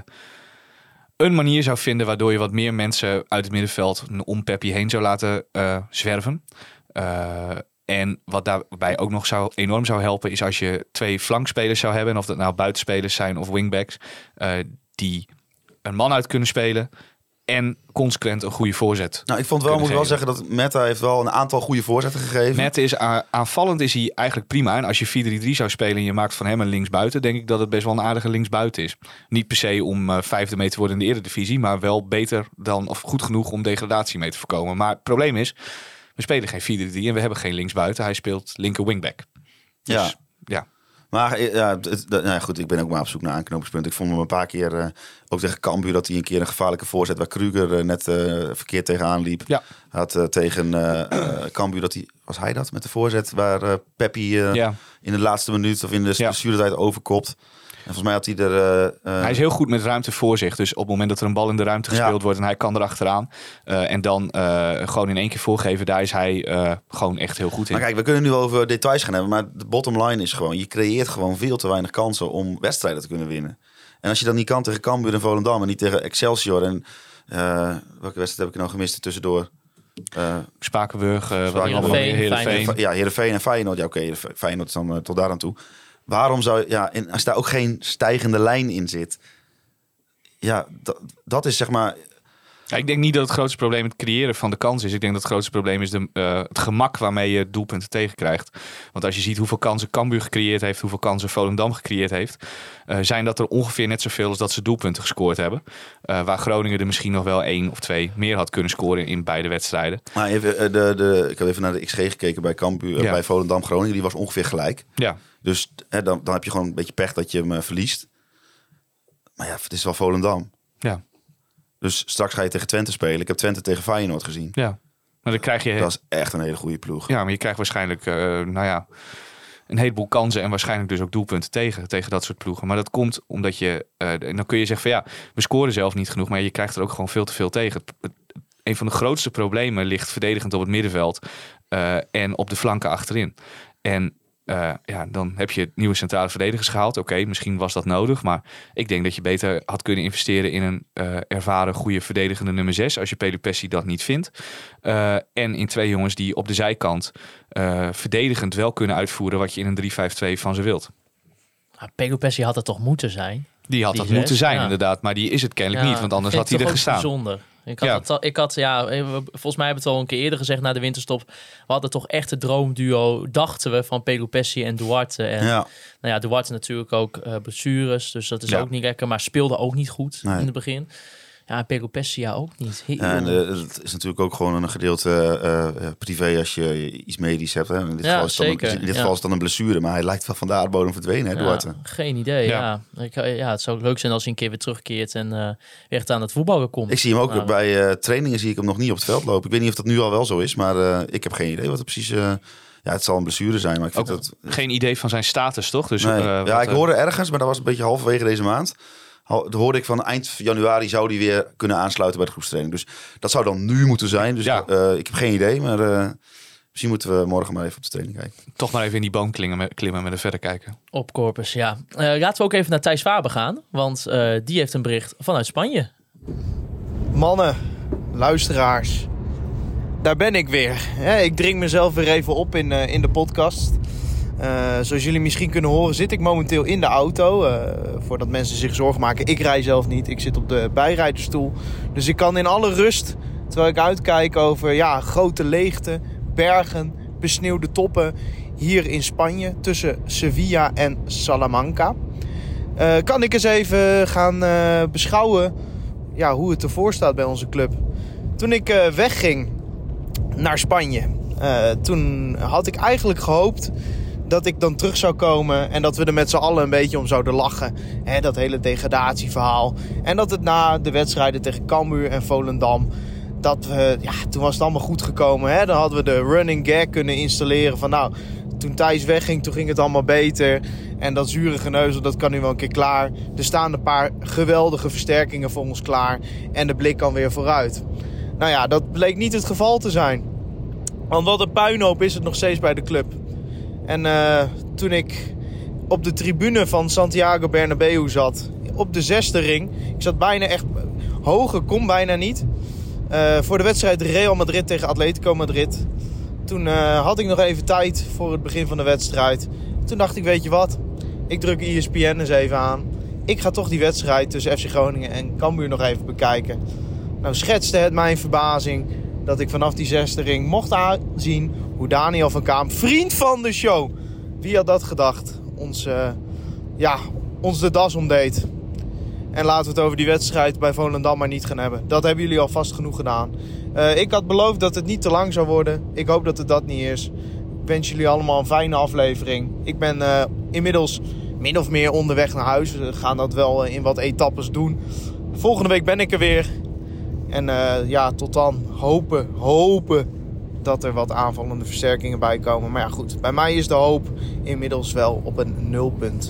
een manier zou vinden... waardoor je wat meer mensen uit het middenveld... om Peppi heen zou laten uh, zwerven. Uh, en wat daarbij ook nog zou, enorm zou helpen... is als je twee flankspelers zou hebben... en of dat nou buitenspelers zijn of wingbacks... Uh, die een man uit kunnen spelen... en consequent een goede voorzet. Nou, ik vond wel, moet ik wel zeggen dat Meta heeft wel een aantal goede voorzetten gegeven. Meta is a- aanvallend is hij eigenlijk prima. En als je vier drie drie zou spelen en je maakt van hem een linksbuiten... denk ik dat het best wel een aardige linksbuiten is. Niet per se om uh, vijfde mee te worden in de Eredivisie... maar wel beter dan, of goed genoeg om degradatie mee te voorkomen. Maar het probleem is, we spelen geen vier drie drie en we hebben geen linksbuiten. Hij speelt linker wingback. Dus, ja. ja. Maar ja, het, het, nou ja, goed, ik ben ook maar op zoek naar aanknopingspunten. Ik vond hem een paar keer, uh, ook tegen Cambuur... dat hij een keer een gevaarlijke voorzet... waar Kruger uh, net uh, verkeerd tegenaan liep. Ja. Hij had uh, tegen uh, uh, Cambuur, dat hij, was hij dat met de voorzet... waar uh, Peppi uh, Ja. in de laatste minuut of in de Ja. blessuretijd overkopt. En volgens mij had hij er... Uh, uh, Hij is heel goed met ruimte voor zich. Dus op het moment dat er een bal in de ruimte gespeeld Ja. wordt... en hij kan erachteraan... Uh, en dan uh, gewoon in één keer voorgeven... daar is hij uh, gewoon echt heel goed in. Maar kijk, we kunnen nu over details gaan hebben... maar de bottom line is gewoon... je creëert gewoon veel te weinig kansen om wedstrijden te kunnen winnen. En als je dan niet kan tegen Cambuur en Volendam... en niet tegen Excelsior en... Uh, welke wedstrijd heb ik nou gemist tussendoor? Uh, Spakenburg, uh, wat Heerenveen, allemaal meer, Feyenoord. Heerenveen. Ja, Heerenveen en Feyenoord. Ja, oké, okay, Feyenoord is dan uh, tot daar aan toe. Waarom zou... Ja, en als daar ook geen stijgende lijn in zit... Ja, dat, dat is zeg maar... Ja, ik denk niet dat het grootste probleem het creëren van de kans is. Ik denk dat het grootste probleem is de, uh, het gemak waarmee je doelpunten tegenkrijgt. Want als je ziet hoeveel kansen Cambuur gecreëerd heeft... hoeveel kansen Volendam gecreëerd heeft... Uh, zijn dat er ongeveer net zoveel als dat ze doelpunten gescoord hebben. Uh, waar Groningen er misschien nog wel één of twee meer had kunnen scoren in beide wedstrijden. Maar even, de, de, ik heb even naar de X G gekeken bij Cambuur, Ja. bij Volendam Groningen. Die was ongeveer gelijk. Ja, Dus hè, dan, dan heb je gewoon een beetje pech dat je hem uh, verliest. Maar ja, het is wel Volendam. ja, Dus straks ga je tegen Twente spelen. Ik heb Twente tegen Feyenoord gezien. ja. Maar dan krijg je... Dat is echt een hele goede ploeg. Ja, maar je krijgt waarschijnlijk, uh, nou ja, een heleboel kansen en waarschijnlijk dus ook doelpunten tegen, tegen dat soort ploegen. Maar dat komt omdat je, uh, dan kun je zeggen van ja, we scoren zelf niet genoeg, maar je krijgt er ook gewoon veel te veel tegen. Het, het, een van de grootste problemen ligt verdedigend op het middenveld uh, en op de flanken achterin. En uh, ja, dan heb je nieuwe centrale verdedigers gehaald. Oké, okay, misschien was dat nodig, maar ik denk dat je beter had kunnen investeren in een uh, ervaren, goede verdedigende nummer zes, als je Pelupessi dat niet vindt. Uh, en in twee jongens die op de zijkant uh, verdedigend wel kunnen uitvoeren wat je in een drie vijf twee van ze wilt. Nou, Pelupessi had het toch moeten zijn? Die had Die dat zes, moeten zijn, ja. inderdaad. Maar die is het kennelijk Ja, niet, want anders ik had hij vind er het toch gestaan. ook bijzonder. Ik had, Ja. het al, ik had, ja, volgens mij hebben we het al een keer eerder gezegd na de winterstop. We hadden toch echt het droomduo, dachten we, van Pelupessi en Duarte. En Ja. nou ja, Duarte natuurlijk ook uh, blessures, dus dat is Ja. ook niet lekker. Maar speelde ook niet goed Nee. in het begin. Ja, Pelupessi ja ook niet. Heel... Ja, en uh, het is natuurlijk ook gewoon een gedeelte uh, privé als je iets medisch hebt. Hè. In dit, Ja, geval, is het dan zeker. een, in dit Ja. geval is het dan een blessure, maar hij lijkt wel van de aardbodem verdwenen, hè, Ja, Duarte. geen idee, Ja. ja. Ik, ja. Het zou leuk zijn als hij een keer weer terugkeert en uh, echt aan het voetballen komt. Ik zie hem ook Maar- bij uh, trainingen zie ik hem nog niet op het veld lopen. Ik weet niet of dat nu al wel zo is, maar uh, ik heb geen idee wat er precies... Uh, ja, het zal een blessure zijn, maar ik vind Ook dat... geen idee van zijn status, toch? Dus, Nee. uh, ja, wat, ik uh, hoorde ergens, maar dat was een beetje halverwege deze maand. Hal- hoorde ik van eind januari zou die weer kunnen aansluiten bij de groepstraining. Dus dat zou dan nu moeten zijn. Dus Ja. uh, ik heb geen idee, maar uh, misschien moeten we morgen maar even op de training kijken. toch maar even in die boom klimmen met, klimmen met een verder kijken. Op Corpus, ja. Uh, laten we ook even naar Thijs Faber gaan, want uh, die heeft een bericht vanuit Spanje. Mannen, luisteraars, daar ben ik weer. Ja, ik drink mezelf weer even op in, uh, in de podcast. Uh, zoals jullie misschien kunnen horen zit ik momenteel in de auto. Uh, voordat mensen zich zorgen maken, ik rij zelf niet. Ik zit op de bijrijdersstoel. Dus ik kan in alle rust, terwijl ik uitkijk over ja, grote leegte, bergen, besneeuwde toppen hier in Spanje tussen Sevilla en Salamanca. Uh, kan ik eens even gaan uh, beschouwen ja, hoe het ervoor staat bij onze club. Toen ik uh, wegging naar Spanje, uh, toen had ik eigenlijk gehoopt dat ik dan terug zou komen en dat we er met z'n allen een beetje om zouden lachen. Hè, dat hele degradatieverhaal. En dat het na de wedstrijden tegen Cambuur en Volendam, dat we, ja, toen was het allemaal goed gekomen. Hè? Dan hadden we de running gag kunnen installeren van nou, toen Thijs wegging, toen ging het allemaal beter. En dat zure geneuzel, dat kan nu wel een keer klaar. Er staan een paar geweldige versterkingen voor ons klaar. En de blik kan weer vooruit. Nou ja, dat bleek niet het geval te zijn. Want wat een puinhoop is het nog steeds bij de club. En uh, toen ik op de tribune van Santiago Bernabeu zat, op de zesde ring. Ik zat bijna echt, hoger kon bijna niet. Uh, voor de wedstrijd Real Madrid tegen Atletico Madrid. Toen uh, had ik nog even tijd voor het begin van de wedstrijd. Toen dacht ik, weet je wat? Ik druk E S P N eens even aan. Ik ga toch die wedstrijd tussen F C Groningen en Cambuur nog even bekijken. Nou schetste het mijn verbazing dat ik vanaf die zesde ring mocht aanzien hoe Daniel van Kaam, vriend van de show, wie had dat gedacht, ons, uh, ja, ons de das omdeed. En laten we het over die wedstrijd bij Volendam maar niet gaan hebben. Dat hebben jullie al vast genoeg gedaan. Uh, ik had beloofd dat het niet te lang zou worden. Ik hoop dat het dat niet is. Ik wens jullie allemaal een fijne aflevering. Ik ben uh, inmiddels min of meer onderweg naar huis. We gaan dat wel in wat etappes doen. Volgende week ben ik er weer. En uh, ja, tot dan hopen, hopen dat er wat aanvallende versterkingen bij komen. Maar ja goed, bij mij is de hoop inmiddels wel op een nulpunt.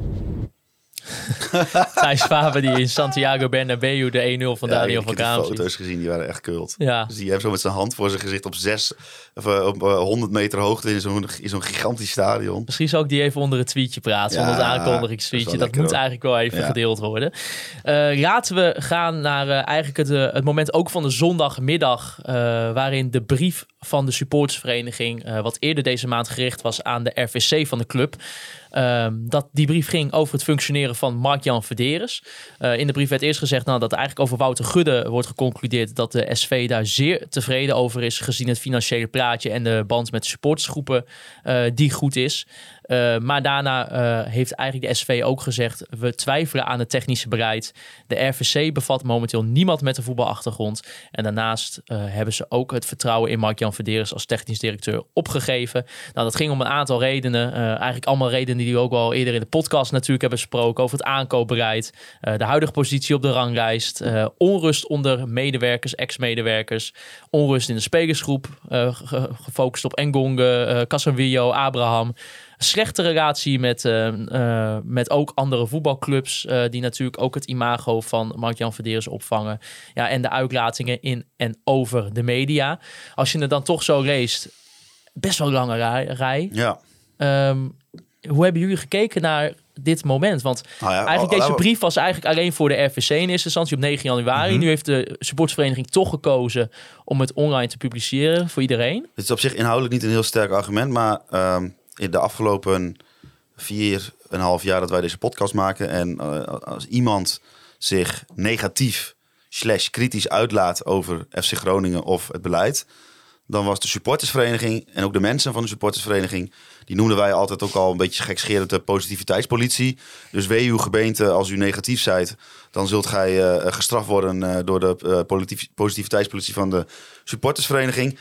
Thijs Faber die in Santiago Bernabeu de één nul van ja, Daniel van Kaam. Ik heb de foto's gezien, die waren echt kult. Ja. Dus die heeft zo met zijn hand voor zijn gezicht op zes, of uh, op uh, honderd meter hoogte in zo'n, in zo'n gigantisch stadion. Misschien zou ik die even onder het tweetje praten, Ja, onder het aankondigingstweetje. dat Dat, is moet wel lekker, eigenlijk wel even Ja. gedeeld worden. Uh, laten we gaan naar uh, eigenlijk het, uh, het moment ook van de zondagmiddag, uh, waarin de brief van de supportersvereniging, uh, wat eerder deze maand gericht was aan de R V C van de club, Uh, dat die brief ging over het functioneren van Mark-Jan Verderes. Uh, in de brief werd eerst gezegd nou, dat eigenlijk over Wouter Gudde wordt geconcludeerd dat de S V daar zeer tevreden over is, gezien het financiële plaatje en de band met de supportersgroepen uh, die goed is. Uh, maar daarna uh, heeft eigenlijk de S V ook gezegd, we twijfelen aan het technische beleid. De R V C bevat momenteel niemand met een voetbalachtergrond. En daarnaast uh, hebben ze ook het vertrouwen in Mark-Jan Verderes als technisch directeur opgegeven. Nou, dat ging om een aantal redenen. Uh, eigenlijk allemaal redenen die we ook al eerder in de podcast natuurlijk hebben besproken. Over het aankoopbeleid, uh, de huidige positie op de ranglijst, uh, onrust onder medewerkers, ex-medewerkers, onrust in de spelersgroep, uh, ge- gefocust op Engonge, uh, Casemiro, Abraham. Slechte relatie met, uh, uh, met ook andere voetbalclubs, uh, die natuurlijk ook het imago van Mark-Jan Verderes opvangen. Ja, en de uitlatingen in en over de media. Als je het dan toch zo leest, best wel een lange rij. rij. Ja. Um, hoe hebben jullie gekeken naar dit moment? Want Nou ja, eigenlijk al- deze al- brief was eigenlijk alleen voor de R V C in eerste instantie op negen januari. Mhm. Nu heeft de supportersvereniging toch gekozen om het online te publiceren voor iedereen. Het is op zich inhoudelijk niet een heel sterk argument, maar um, in de afgelopen vier en een half jaar dat wij deze podcast maken en uh, als iemand zich negatief slash kritisch uitlaat over F C Groningen of het beleid, dan was de supportersvereniging en ook de mensen van de supportersvereniging, die noemden wij altijd ook al een beetje gekscherend de positiviteitspolitie. Dus wee uw gemeente, als u negatief zijt, dan zult gij uh, gestraft worden uh, door de uh, politiv- positiviteitspolitie van de supportersvereniging.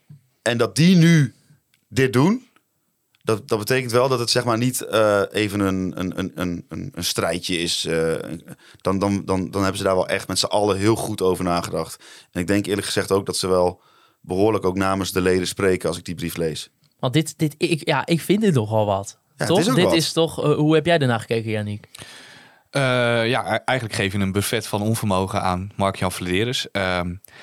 En dat die nu dit doen, dat, dat betekent wel dat het zeg maar niet uh, even een, een, een, een, een strijdje is. Uh, dan, dan, dan, dan hebben ze daar wel echt met z'n allen heel goed over nagedacht. En ik denk eerlijk gezegd ook dat ze wel behoorlijk ook namens de leden spreken als ik die brief lees. Want dit, dit ik, ja, ik vind dit nogal wat. Ja, toch? het is ook dit wat. is toch. Uh, hoe heb jij ernaar gekeken, Yannick? Uh, ja, eigenlijk geef je een buffet van onvermogen aan Mark-Jan Verderes. Uh,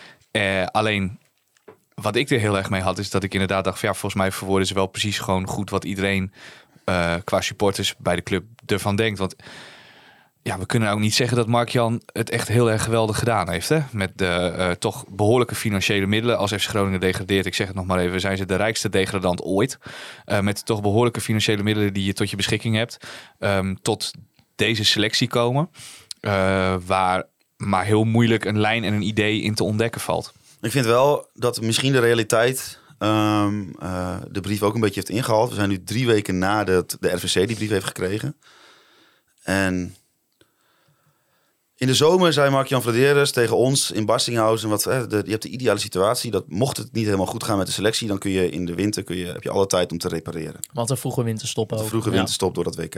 uh, alleen, wat ik er heel erg mee had, is dat ik inderdaad dacht, ja, volgens mij verwoorden ze wel precies gewoon goed wat iedereen uh, qua supporters bij de club ervan denkt. Want ja, we kunnen ook niet zeggen dat Mark-Jan het echt heel erg geweldig gedaan heeft. Hè? Met de uh, toch behoorlijke financiële middelen. Als F C Groningen degradeert, ik zeg het nog maar even, zijn ze de rijkste degradant ooit. Uh, met toch behoorlijke financiële middelen die je tot je beschikking hebt. Um, tot deze selectie komen. Uh, waar maar heel moeilijk een lijn en een idee in te ontdekken valt. Ik vind wel dat misschien de realiteit um, uh, de brief ook een beetje heeft ingehaald. We zijn nu drie weken nadat de R V C die brief heeft gekregen. En In de zomer zei Mark-Jan Vladeres tegen ons in Bastinghausen... Wat, eh, de, je hebt de ideale situatie. Dat mocht het niet helemaal goed gaan met de selectie... dan kun je in de winter kun je, heb je alle tijd om te repareren. Want een vroege winterstop ook. Een vroege Ja. winterstop door dat W K.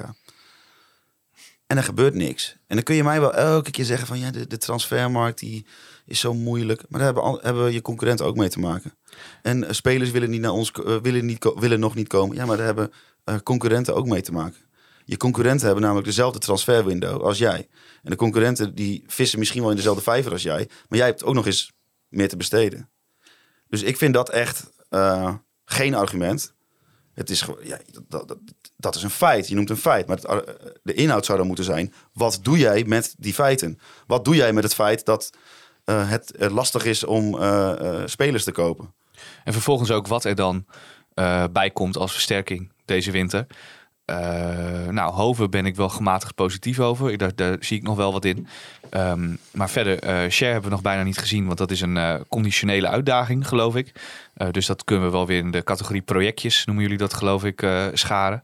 En er gebeurt niks. En dan kun je mij wel elke keer zeggen van... ja, de, de transfermarkt die is zo moeilijk. Maar daar hebben, al, hebben je concurrenten ook mee te maken. En uh, spelers willen, niet naar ons, uh, willen, niet ko- willen nog niet komen. Ja, maar daar hebben uh, concurrenten ook mee te maken. Je concurrenten hebben namelijk dezelfde transferwindow als jij. En de concurrenten die vissen misschien wel in dezelfde vijver als jij. Maar jij hebt ook nog eens meer te besteden. Dus ik vind dat echt uh, geen argument. Het is gewoon, ja, dat, dat, dat is een feit. Je noemt een feit. Maar het, de inhoud zou dan moeten zijn... wat doe jij met die feiten? Wat doe jij met het feit dat uh, het uh, lastig is om uh, uh, spelers te kopen? En vervolgens ook wat er dan uh, bij komt als versterking deze winter. Uh, nou, Hoven ben ik wel gematigd positief over. Daar, daar zie ik nog wel wat in. Um, maar verder, uh, Cher hebben we nog bijna niet gezien. Want dat is een uh, conditionele uitdaging, geloof ik. Uh, dus dat kunnen we wel weer in de categorie projectjes, noemen jullie dat, geloof ik, uh, scharen.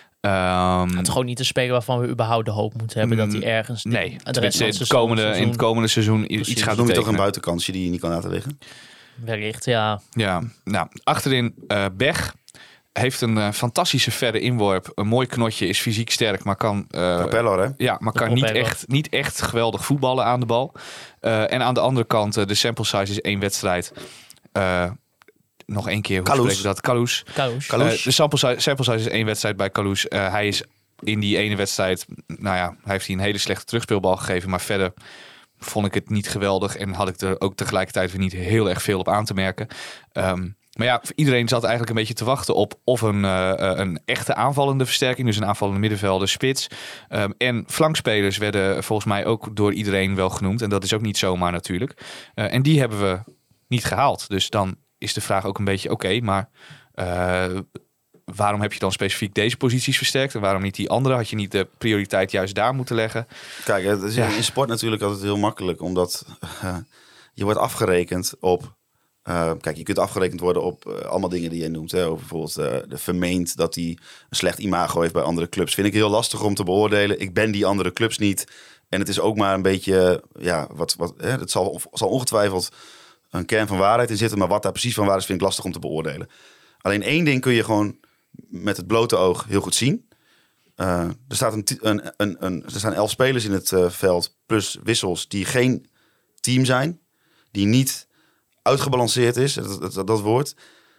Um, Het is gewoon niet te spelen waarvan we überhaupt de hoop moeten hebben... dat hij ergens... Nee, de rest van het het komende, seizoen- in het komende seizoen Precies. iets Dat gaat noem je toch een betekenen. buitenkansje die je niet kan laten liggen? Wellicht, ja. Ja, nou, achterin uh, Berg heeft een uh, fantastische verre inworp. Een mooi knotje, is fysiek sterk, maar kan... Uh, Propeller, hè? Ja, maar De kan niet propeller. echt, niet echt geweldig voetballen aan de bal. Uh, en aan de andere kant, uh, de sample size is één wedstrijd. Uh, nog één keer, hoe Kalous. spreek je dat? Kalous. Kalous. Kalous. Uh, de sample size, sample size is één wedstrijd bij Kalous. Uh, hij is in die ene wedstrijd... Nou ja, hij heeft hij een hele slechte terugspeelbal gegeven. Maar verder vond ik het niet geweldig. En had ik er ook tegelijkertijd weer niet heel erg veel op aan te merken. Um, Maar ja, iedereen zat eigenlijk een beetje te wachten op of een, uh, een echte aanvallende versterking. Dus een aanvallende middenvelder, spits. Um, en flankspelers werden volgens mij ook door iedereen wel genoemd. En dat is ook niet zomaar natuurlijk. Uh, en die hebben we niet gehaald. Dus dan is de vraag ook een beetje, oké, okay, maar uh, waarom heb je dan specifiek deze posities versterkt? En waarom niet die andere? Had je niet de prioriteit juist daar moeten leggen? Kijk, het is Ja. in sport natuurlijk altijd heel makkelijk. Omdat uh, je wordt afgerekend op... Uh, kijk, je kunt afgerekend worden op uh, allemaal dingen die je noemt. Hè, over bijvoorbeeld uh, de vermeend dat hij een slecht imago heeft bij andere clubs. Vind ik heel lastig om te beoordelen. Ik ben die andere clubs niet. En het is ook maar een beetje... Ja, wat, wat, hè, het zal, zal ongetwijfeld een kern van waarheid in zitten. Maar wat daar precies van waar is, vind ik lastig om te beoordelen. Alleen één ding kun je gewoon met het blote oog heel goed zien. Uh, er, staat een, een, een, een, er staan elf spelers in het uh, veld. Plus wissels die geen team zijn. Die niet... uitgebalanceerd is, dat, dat, dat, dat woord.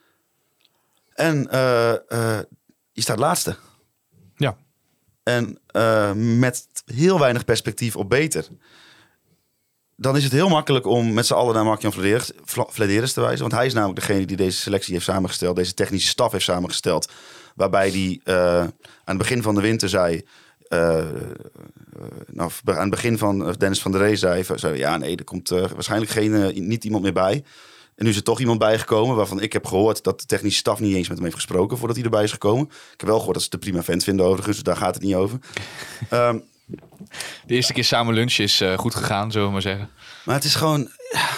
En uh, uh, je staat laatste. Ja. En uh, met heel weinig perspectief op beter. Dan is het heel makkelijk om met z'n allen naar Mark-Jan Vladeres, Vladeres te wijzen. Want hij is namelijk degene die deze selectie heeft samengesteld. Deze technische staf heeft samengesteld. Waarbij hij uh, aan het begin van de winter zei... Uh, uh, nou, aan het begin van Dennis van der Ree zei, zei ja nee, er komt uh, waarschijnlijk geen, uh, niet iemand meer bij. En nu is er toch iemand bijgekomen waarvan ik heb gehoord dat de technische staf niet eens met hem heeft gesproken voordat hij erbij is gekomen. Ik heb wel gehoord dat ze het een prima vent vinden overigens, dus daar gaat het niet over. Um, De eerste keer samen lunch is uh, goed gegaan, zullen we maar zeggen. maar het is gewoon... Ja,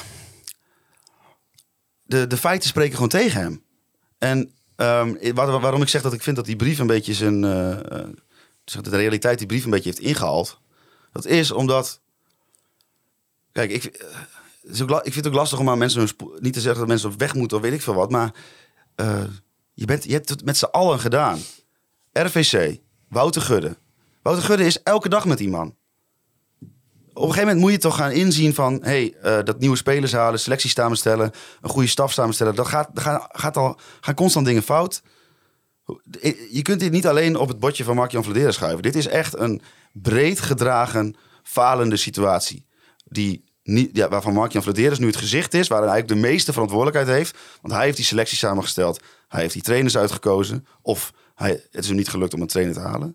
de, de feiten spreken gewoon tegen hem. En um, waar, waarom ik zeg dat ik vind dat die brief een beetje zijn... Uh, uh, de realiteit die brief een beetje heeft ingehaald. Dat is omdat... Kijk, ik, uh, het is ook, ik vind het ook lastig om aan mensen... Spo- niet te zeggen dat mensen op weg moeten of weet ik veel wat. Maar uh, je, bent, je hebt het met z'n allen gedaan. R V C, Wouter Gudde. Wouter Gudde is elke dag met die man. Op een gegeven moment moet je toch gaan inzien van... hey, uh, dat nieuwe spelers halen, selecties samenstellen... een goede staf samenstellen. Dat gaat, dat gaat, gaat al, gaan constant dingen fout... Je kunt dit niet alleen op het bordje van Mark-Jan Vladeres schuiven. Dit is echt een breed gedragen, falende situatie. Die niet, ja, waarvan Mark-Jan Vladeres nu het gezicht is... waar hij eigenlijk de meeste verantwoordelijkheid heeft. Want hij heeft die selectie samengesteld. Hij heeft die trainers uitgekozen. Of hij, het is hem niet gelukt om een trainer te halen.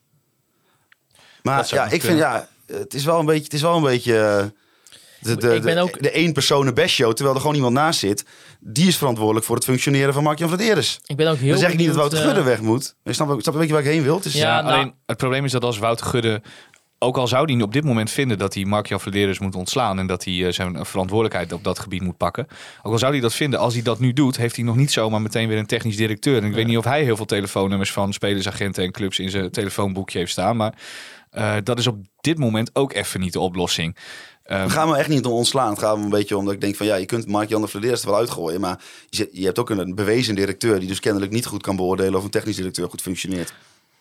Maar ja, ik vind... ja, het is wel een beetje... Het is wel een beetje de, de, Ik ben de, ook- de één personen best show, terwijl er gewoon iemand naast zit. Die is verantwoordelijk voor het functioneren van Mark-Jan Vladeres. Ik ben ook heel Dan zeg ik niet dat benieuwd, Wouter Gudde uh, weg moet. Je snapt, snap een beetje waar ik heen wil. Het is, Ja, Ja, nou- alleen het probleem is dat als Wouter Gudde... ook al zou hij op dit moment vinden dat hij Mark-Jan Vladeres moet ontslaan... en dat hij uh, zijn verantwoordelijkheid op dat gebied moet pakken... ook al zou hij dat vinden, als hij dat nu doet... heeft hij nog niet zomaar meteen weer een technisch directeur. En ik weet niet of hij heel veel telefoonnummers van spelers, agenten en clubs... in zijn telefoonboekje heeft staan, maar... Uh, dat is op dit moment ook even niet de oplossing. Um, We gaan me echt niet om ontslaan. Het gaat me een beetje om dat ik denk van ja, je kunt Mark-Jan de Vladeres er wel uitgooien. Maar je, zet, je hebt ook een bewezen directeur die dus kennelijk niet goed kan beoordelen of een technisch directeur goed functioneert.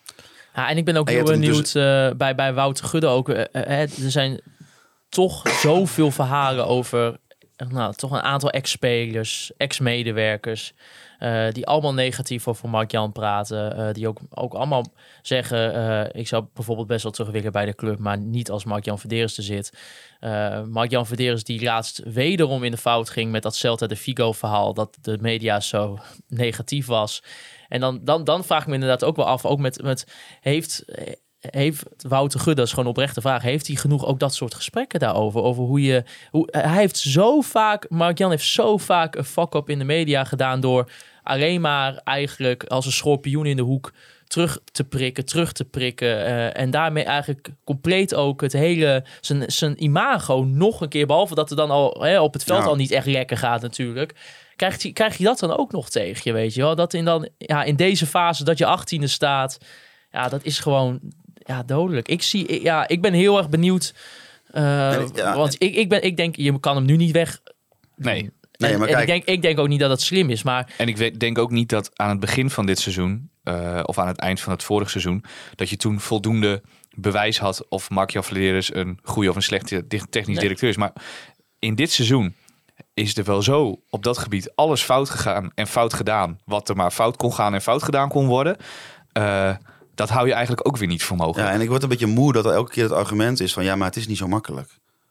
Ja, en ik ben ook En je heel hebt hem benieuwd dus- uh, bij, bij Wouter Gudde ook. Uh, uh, er zijn toch zoveel verhalen over nou, toch een aantal ex-spelers, ex-medewerkers. Uh, die allemaal negatief over Mark-Jan praten. Uh, die ook, ook allemaal zeggen, uh, ik zou bijvoorbeeld best wel terug willen bij de club, maar niet als Mark-Jan Vladeres er zit. Uh, Mark-Jan Vladeres die laatst wederom in de fout ging met dat Celta de Vigo verhaal, dat de media zo negatief was. En dan, dan, dan vraag ik me inderdaad ook wel af, ook met, met heeft... Heeft Wouter Gudde, dat is gewoon een oprechte vraag, heeft hij genoeg ook dat soort gesprekken daarover? Over hoe je. Hoe, hij heeft zo vaak, Mark-Jan heeft zo vaak een fuck-up in de media gedaan door alleen maar eigenlijk als een schorpioen in de hoek terug te prikken, terug te prikken. Uh, en daarmee eigenlijk compleet ook het hele, zijn, zijn imago nog een keer, behalve dat er dan al hè, op het veld Ja. al niet echt lekker gaat natuurlijk. Krijg je, krijg je dat dan ook nog tegen je, weet je wel? Dat in, dan, ja, in deze fase dat je achttiende staat, ja, dat is gewoon ja, dodelijk. Ik, zie, ja, ik ben heel erg benieuwd. Uh, En ik- ja, want ik, ik, ben, ik denk, je kan hem nu niet weg. nee. Nee, En- maar en kijk- ik, denk, ik denk ook niet dat het slim is, maar En ik weet, denk ook niet dat aan het begin van dit seizoen, uh, of aan het eind van het vorige seizoen, dat je toen voldoende bewijs had of Mark-Jan Vladeres een goede of een slechte di- technisch Nee. directeur is. Maar in dit seizoen is er wel zo op dat gebied alles fout gegaan en fout gedaan. Wat er maar fout kon gaan en fout gedaan kon worden. Uh, dat hou je eigenlijk ook weer niet voor mogelijk. Ja, en ik word een beetje moe dat er elke keer het argument is van ja, maar het is niet zo makkelijk.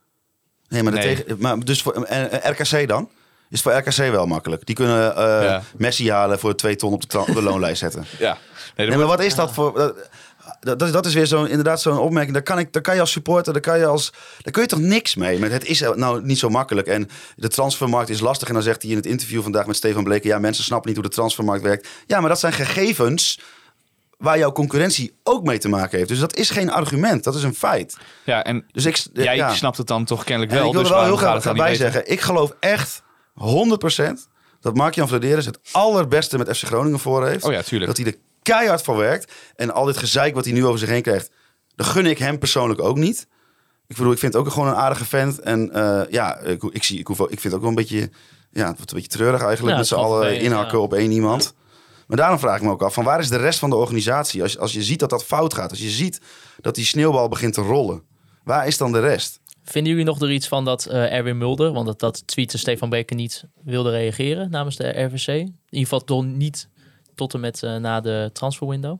Nee, maar, de Nee. Tegen, maar dus voor en, en R K C dan? Is voor R K C wel makkelijk. Die kunnen uh, Ja. Messi halen voor twee ton op de, tra- op de loonlijst zetten. Ja. Nee, Nee, maar wat is dat voor... Dat, dat, is- dat is weer zo'n, inderdaad zo'n opmerking. Daar kan, ik, daar kan je als supporter, daar kan je, als, daar kun je toch niks mee. Met het is nou niet zo makkelijk. En de transfermarkt is lastig. En dan zegt hij in het interview vandaag met Stefan Bleken, ja, mensen snappen niet hoe de transfermarkt werkt. Ja, maar dat zijn gegevens waar jouw concurrentie ook mee te maken heeft. Dus dat is geen argument. Dat is een feit. ja, en Dus ik, jij ja. snapt het dan toch kennelijk En wel. ik wil dus er wel heel waarom gaat graag het dan bij niet beter? zeggen. Ik geloof echt honderd procent dat Mark-Jan Vladeres het allerbeste met F C Groningen voor heeft. Oh ja, tuurlijk. Dat hij er keihard voor werkt. En al dit gezeik wat hij nu over zich heen krijgt, dat gun ik hem persoonlijk ook niet. Ik bedoel, ik vind het ook gewoon een aardige vent. En uh, ja, ik, ik, zie, ik, hoef, ik vind het ook wel een beetje, ja, het wordt een beetje treurig eigenlijk. Ja, met z'n het valt allen mee, inhakken ja. op één iemand. Maar daarom vraag ik me ook af, van waar is de rest van de organisatie? Als, als je ziet dat dat fout gaat, als je ziet dat die sneeuwbal begint te rollen, waar is dan de rest? vinden jullie nog er iets van dat uh, Erwin Mulder, want dat, dat tweette Stefan Beker niet, wilde reageren namens de R V C? In ieder geval toch niet tot en met uh, na de transferwindow?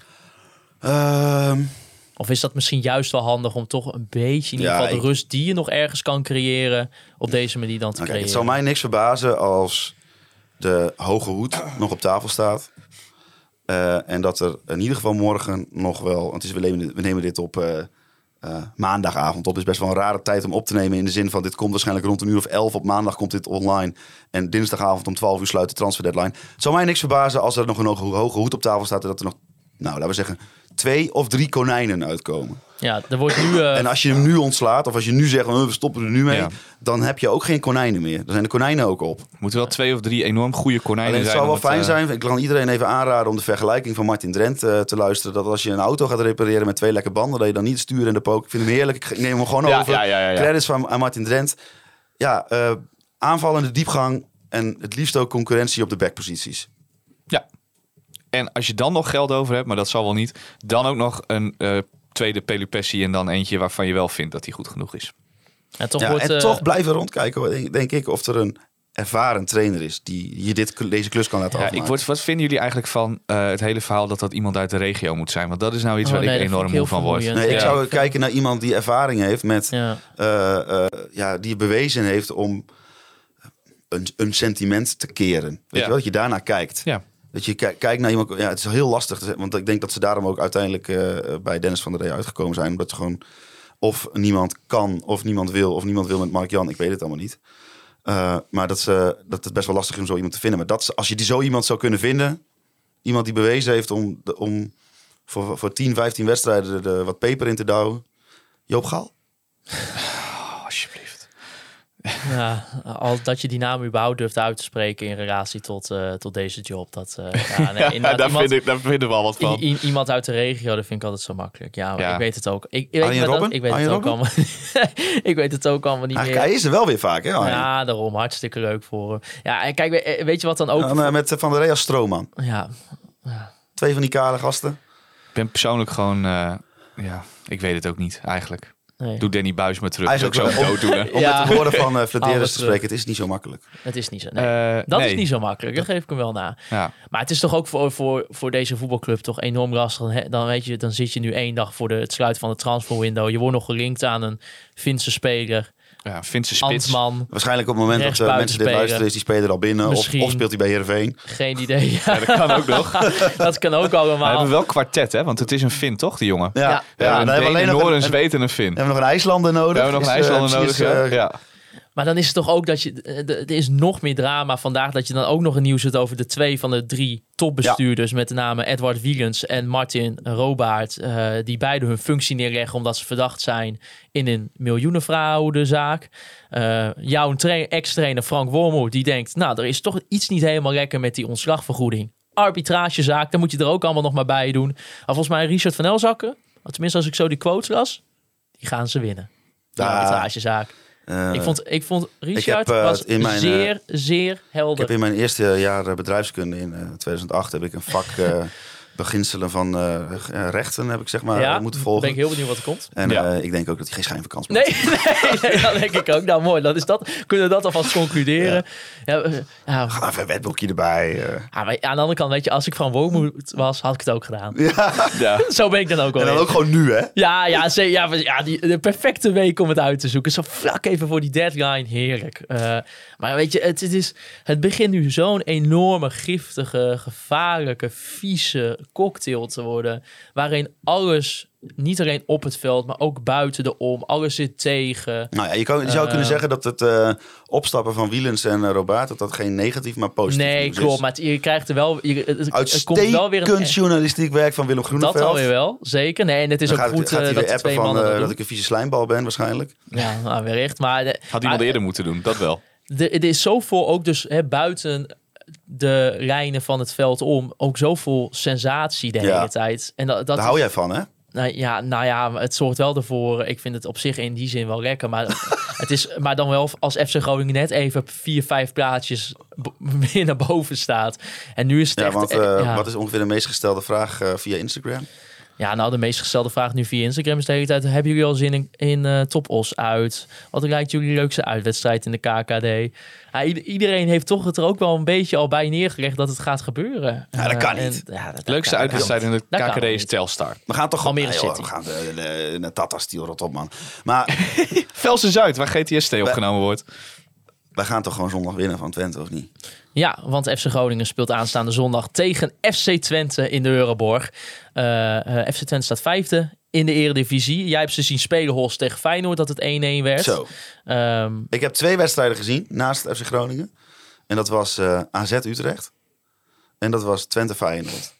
Ehm Of is dat misschien juist wel handig om toch een beetje in ieder Ja, geval de ik- rust die je nog ergens kan creëren, op deze manier dan te Nou, kijk, creëren? het zou mij niks verbazen als de hoge hoed nog op tafel staat. Uh, en dat er in ieder geval morgen nog wel... Want het is, we, nemen, we nemen dit op uh, uh, maandagavond op. Het is best wel een rare tijd om op te nemen in de zin van... dit komt waarschijnlijk rond een uur of elf. Op maandag komt dit online. En dinsdagavond om twaalf uur sluit de transfer deadline. Het zou mij niks verbazen als er nog een hoge, hoge hoed op tafel staat... en dat er nog, nou, laten we zeggen, twee of drie konijnen uitkomen. Ja, er wordt nu... Uh, En als je hem nu ontslaat, of als je nu zegt, oh, we stoppen er nu mee... Ja. dan heb je ook geen konijnen meer. Dan zijn de konijnen ook op. Moeten wel twee of drie enorm goede konijnen Alleen het zijn. zou wel om fijn het, uh, zijn, ik kan iedereen even aanraden om de vergelijking van Martin Drent uh, te luisteren. Dat als je een auto gaat repareren met twee lekke banden, dat je dan niet het stuur en de pook. Ik vind hem heerlijk, ik neem hem gewoon Ja, over. ja, ja, ja, ja. Credits van aan Martin Drent. Ja, uh, aanvallende diepgang en het liefst ook concurrentie op de backposities. Ja. En als je dan nog geld over hebt, maar dat zal wel niet, dan ook nog een uh, tweede Pelupessi en dan eentje waarvan je wel vindt dat hij goed genoeg is. en toch Ja, wordt, en uh, toch blijven rondkijken, hoor, denk, denk ik, of er een ervaren trainer is die je dit, deze klus kan laten Ja, afmaken. ik word, wat vinden jullie eigenlijk van uh, het hele verhaal dat dat iemand uit de regio moet zijn? Want dat is nou iets Oh, waar nee, ik dat vind enorm ik moe heel van word. vermoeiend. Nee, ik Ja. zou kijken naar iemand die ervaring heeft met... ja. Uh, uh, ja, die bewezen heeft om een, een sentiment te keren. Weet Ja. je wel, dat je daarnaar kijkt. Ja. Dat je ki- kijkt naar iemand... Ja, het is heel lastig, te zeggen, want ik denk dat ze daarom ook uiteindelijk uh, bij Dennis van der Rey uitgekomen zijn. Omdat ze gewoon of niemand kan, of niemand wil, of niemand wil met Mark-Jan. Ik weet het allemaal niet. Uh, maar dat, ze, dat het best wel lastig is om zo iemand te vinden. Maar dat, ze- als je die zo iemand zou kunnen vinden... Iemand die bewezen heeft om, de- om voor, voor tien, vijftien wedstrijden er, er wat peper in te douwen. Joop Gaal? Oh, alsjeblieft. Ja, al dat je die naam überhaupt durft uit te spreken in relatie tot, uh, tot deze job. Dat, uh, ja, nee, ja, daar, iemand, vind ik, daar vinden we al wat van. I, I, iemand uit de regio, dat vind ik altijd zo makkelijk. Ja, ja. ik weet het ook. Ik, ik, Arjen weet, Robben? dat, ik weet Arjen het ook allemaal. Ik weet het ook allemaal niet Eigenlijk, meer. hij is er wel weer vaak, hè? Arjen? Ja, daarom. Hartstikke leuk voor hem. Ja, en kijk, weet je wat dan ook... Dan, uh, met Van der Rey als stroomman. Ja, ja. Twee van die kale gasten. Ik ben persoonlijk gewoon... Uh, ja, ik weet het ook niet, eigenlijk. Nee. Doe Danny Buis maar terug. Eigenlijk dat is ook zo dooddoener. Om Ja. met de woorden van uh, Flederis Alles te terug. spreken, het is niet zo makkelijk. Het is niet zo. Nee. Uh, dat nee. is niet zo makkelijk. Dat geef ik hem wel na. Ja. Maar het is toch ook voor, voor, voor deze voetbalclub toch enorm lastig. Dan, dan, weet je, dan zit je nu één dag voor de, het sluiten van de transferwindow. Je wordt nog gelinkt aan een Finse speler. Ja, Finse spits. Antman. Waarschijnlijk op het moment dat uh, mensen dit luisteren, is die speler al binnen. Of, Misschien. of speelt hij bij Heerenveen. Geen idee. Ja, Ja, dat kan ook nog. dat kan ook We allemaal. hebben wel kwartet, hè? Want het is een Fin, toch, die jongen? Ja, Ja. ja. Ja, dan een hebben we alleen nog Noor, een, een een, Zweed en een Fin. we hebben nog een IJslander nodig. We hebben nog een Is, uh, IJslander nodig, misschien is, ja. uh, ja. Maar dan is het toch ook dat je... Er is nog meer drama vandaag dat je dan ook nog een nieuws hebt over de twee van de drie topbestuurders. Ja. Met de namen Edward Wielens en Martin Robaert. Uh, die beide hun functie neerleggen omdat ze verdacht zijn in een miljoenenfraudezaak. Uh, jouw tra- ex-trainer Frank Wormoed die denkt... Nou, er is toch iets niet helemaal lekker met die ontslagvergoeding. Arbitragezaak, daar moet je er ook allemaal nog maar bij doen. Maar volgens mij Richard van Elzakken, tenminste als ik zo die quotes las, die gaan ze winnen. De Ja. arbitragezaak. uh, Ik vond, ik vond Richard Ik heb, uh, was in mijn, uh, zeer, zeer Ik helder. heb in mijn eerste jaar bedrijfskunde in uh, tweeduizend acht heb ik een vak uh, beginselen van uh, rechten heb ik zeg maar ja, uh, moeten ben volgen. ik heel benieuwd wat er komt. En Ja. uh, ik denk ook dat hij geen schijnvakantie maakt. Nee, nee, nee, dat denk ik ook. Nou mooi, dat is dat. Kunnen we dat alvast concluderen? Ja. Ja, uh, ja, Ga even een wetboekje erbij. Uh. ja, maar aan de andere kant, weet je, als ik van Wormoed was, had ik het ook gedaan. Ja. Ja. Zo ben ik dan ook wel. En dan weer. ook gewoon nu, hè? Ja, ja, ze, ja, maar- ja die, de perfecte week om het uit te zoeken. Zo vlak even voor die deadline. Heerlijk. Uh, maar weet je, het, het, is, het begint nu zo'n enorme, giftige, gevaarlijke, vieze cocktail te worden. Waarin alles, niet alleen op het veld, maar ook buiten de om. Alles zit tegen. Nou ja, je, kan, je zou Uh, kunnen zeggen dat het uh, opstappen van Wielens en uh, Robaert, dat dat geen negatief, maar positief Nee, nieuws klopt. is. Maar het- je krijgt er wel... Je, het, het komt Uitstekend wel weer een... journalistiek werk van Willem Groeneveld. Dat alweer wel, zeker. Nee, en het is Dan ook gaat, goed gaat uh, hij dat weer de appen twee van mannen uh, dat dat doen. ik een vieze slijmbal ben waarschijnlijk. Ja, nou, wellicht. Maar, de, Had iemand maar, eerder moeten doen, dat wel. de, er is zoveel ook dus hè, buiten de lijnen van het veld om. Ook zoveel sensatie de Ja. hele tijd. En dat, dat Daar hou jij van, hè? Nou ja, nou ja, het zorgt wel ervoor. Ik vind het op zich in die zin wel lekker. Maar, het is, maar dan wel als F C Groningen net even vier, vijf plaatjes bo- weer naar boven staat. En nu is het Ja, echt... want uh, ja. wat is ongeveer de meest gestelde vraag uh, via Instagram? Ja, nou, de meest gestelde vraag nu via Instagram is de hele tijd... Hebben jullie al zin in, in uh, Top Os uit? Wat lijkt jullie leukste uitwedstrijd in de K K D? Ja, i- iedereen heeft toch het er ook wel een beetje al bij neergelegd dat het gaat gebeuren. Ja, dat kan Uh, niet. En, ja, dat, Het leukste dat- uitwedstrijd in de Dat kan K K D is niet. Telstar. We gaan toch gewoon... Almere Nee, joh, City. we gaan de, de, de Tata-stiel rot op, man. Maar Velsen-Zuid, waar G T S T opgenomen wordt. wij gaan toch gewoon zondag winnen van Twente, of niet? Ja, want F C Groningen speelt aanstaande zondag tegen F C Twente in de Euroborg. Uh, uh, F C Twente staat vijfde in de Eredivisie. Jij hebt ze zien spelen, Horst, tegen Feyenoord, dat het één-één werd. Zo. Um, Ik heb twee wedstrijden gezien naast F C Groningen. En dat was uh, A Z Utrecht. En dat was Twente Feyenoord.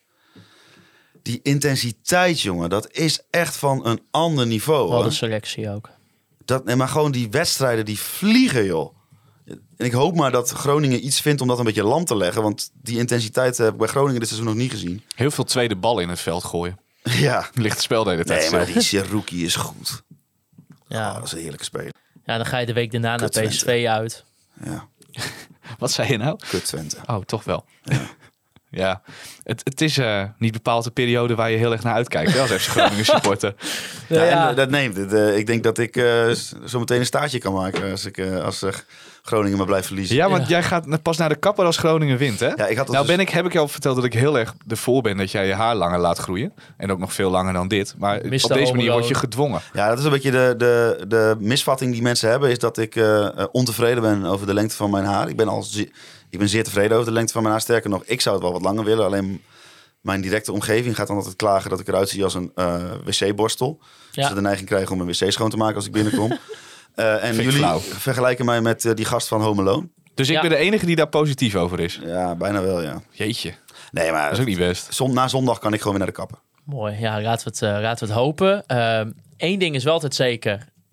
Die intensiteit, jongen, dat is echt van een ander niveau. Wat Hoor. een selectie ook. Dat, nee, maar gewoon die wedstrijden die vliegen, joh. En ik hoop maar dat Groningen iets vindt om dat een beetje lam te leggen. Want die intensiteit heb ik bij Groningen dit seizoen nog niet gezien. Heel veel tweede ballen in het veld gooien. Ja. Ligt het spel de hele tijd Nee, stil. maar die Seruki is goed. Ja. Oh, dat is een heerlijke speler. Ja, dan ga je de week daarna naar Kut P S V Twente. uit. Ja, Wat zei je nou? kut Twente. Oh, toch wel. Ja, ja. Het, het is uh, niet bepaald de periode waar je heel erg naar uitkijkt hè, als F C Groningen supporter. Ja, Ja, ja. En, uh, dat neemt het. Uh, ik denk dat ik uh, zo meteen een staartje kan maken als, ik, uh, als uh, Groningen maar blijft verliezen. Ja, want Ja. jij gaat pas naar de kapper als Groningen wint, hè? Ja, ik had dat Nou dus- ben ik, heb ik je al verteld dat ik heel erg ervoor ben dat jij je haar langer laat groeien. En ook nog veel langer dan dit. Maar op mister deze manier Home word je Alone. gedwongen. Ja, dat is een beetje de, de, de misvatting die mensen hebben. Is dat ik uh, uh, ontevreden ben over de lengte van mijn haar. Ik ben, al ze- ik ben zeer tevreden over de lengte van mijn haar. Sterker nog, ik zou het wel wat langer willen. Alleen mijn directe omgeving gaat dan altijd klagen dat ik eruit zie als een uh, wc-borstel. Ja. Ze de neiging krijgen om een wc schoon te maken als ik binnenkom. Uh, en Vind ik jullie flauw. vergelijken mij met uh, die gast van Home Alone. Dus ik Ja. ben de enige die daar positief over is. Ja, bijna wel, ja. Jeetje, Nee, maar dat is ook niet best. zon, na zondag kan ik gewoon weer naar de kapper. Mooi, ja, laten we het, uh, laten we het hopen. Eén ding is wel altijd zeker.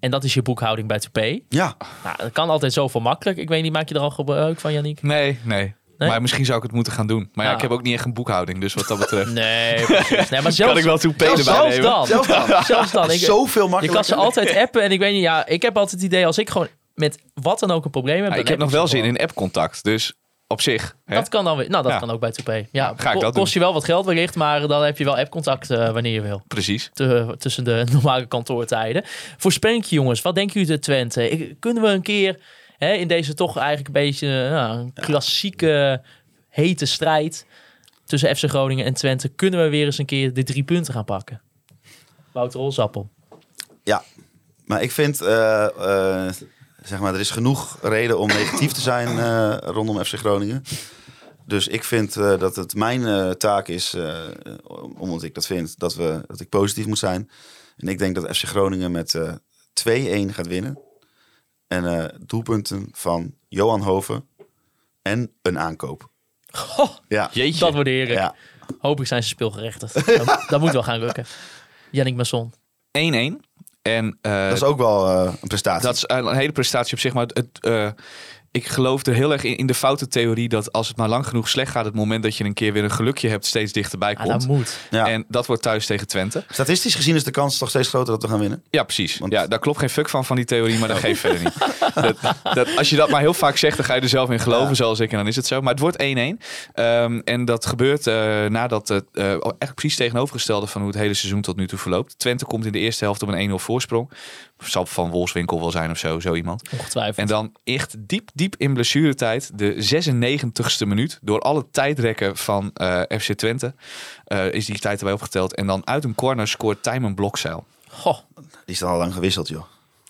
En dat is je boekhouding bij Toupé. Ja, Nou, dat kan altijd zoveel makkelijk. Ik weet niet, maak je er al gebruik van, Yannick? Nee, nee, Nee? Maar misschien zou ik het moeten gaan doen. Maar ja, Ja. ik heb ook niet echt een boekhouding. Dus wat dat betreft Nee, precies. Nee, maar zelfs, kan ik wel Toupé zelfs, erbij zelfs nemen. dan. zelfs dan. Zelfs dan. Ik, Zoveel je makkelijker. kan ze altijd appen. En ik weet niet, ja, ik heb altijd het idee als ik gewoon met wat dan ook een probleem heb. Ja, dan ik heb nog ze wel zin gewoon. in appcontact. Dus op zich. Hè? Dat kan dan weer. Nou, dat Ja. kan ook bij Toupé. Ja, Ga ik ko- dat kost je wel wat geld wellicht, maar dan heb je wel appcontact uh, wanneer je wil. Precies. Te- tussen de normale kantoortijden. Voorspellingje, jongens. Wat denken jullie de Twente? Ik, kunnen we een keer hè, in deze toch eigenlijk een beetje nou, een klassieke hete strijd tussen F C Groningen en Twente, kunnen we weer eens een keer de drie punten gaan pakken? Wouter Olsappel. Ja, maar ik vind, uh, uh, zeg maar, er is genoeg reden om negatief te zijn uh, rondom F C Groningen. Dus ik vind uh, dat het mijn uh, taak is, uh, omdat ik dat vind, dat, we, dat ik positief moet zijn. En ik denk dat F C Groningen met uh, twee-een gaat winnen. En uh, doelpunten van Johan Hoven en een aankoop. Goh, Ja, Jeetje. dat wordt heerlijk. ja. Hopelijk zijn ze speelgerechtigd. dat, dat moet wel gaan lukken. Yannick Masson. één-één. En uh, Dat is ook wel uh, een prestatie. dat is een hele prestatie op zich. Maar het, uh, ik geloof er heel erg in, in de foute theorie dat als het maar lang genoeg slecht gaat, het moment dat je een keer weer een gelukje hebt, steeds dichterbij Ah, komt. dat moet. Ja. En dat wordt thuis tegen Twente. Statistisch gezien is de kans toch steeds groter dat we gaan winnen. Ja, precies. Want- Ja, daar klopt geen fuck van van die theorie, maar dat geeft verder niet. Dat, dat, als je dat maar heel vaak zegt, dan ga je er zelf in geloven, Ja. zoals ik, en dan is het zo. Maar het wordt één-één. Um, en dat gebeurt uh, nadat het uh, echt precies tegenovergestelde van hoe het hele seizoen tot nu toe verloopt. Twente komt in de eerste helft op een één-nul voorsprong. Zal van Wolfswinkel wel zijn of zo, zo iemand. Ongetwijfeld. En dan echt diep, diep in blessuretijd, de zesennegentigste minuut, door alle tijdrekken van uh, F C Twente, uh, is die tijd erbij opgeteld. En dan uit een corner scoort Tijmen Blokzeil. Goh, Die is dan al lang gewisseld, joh.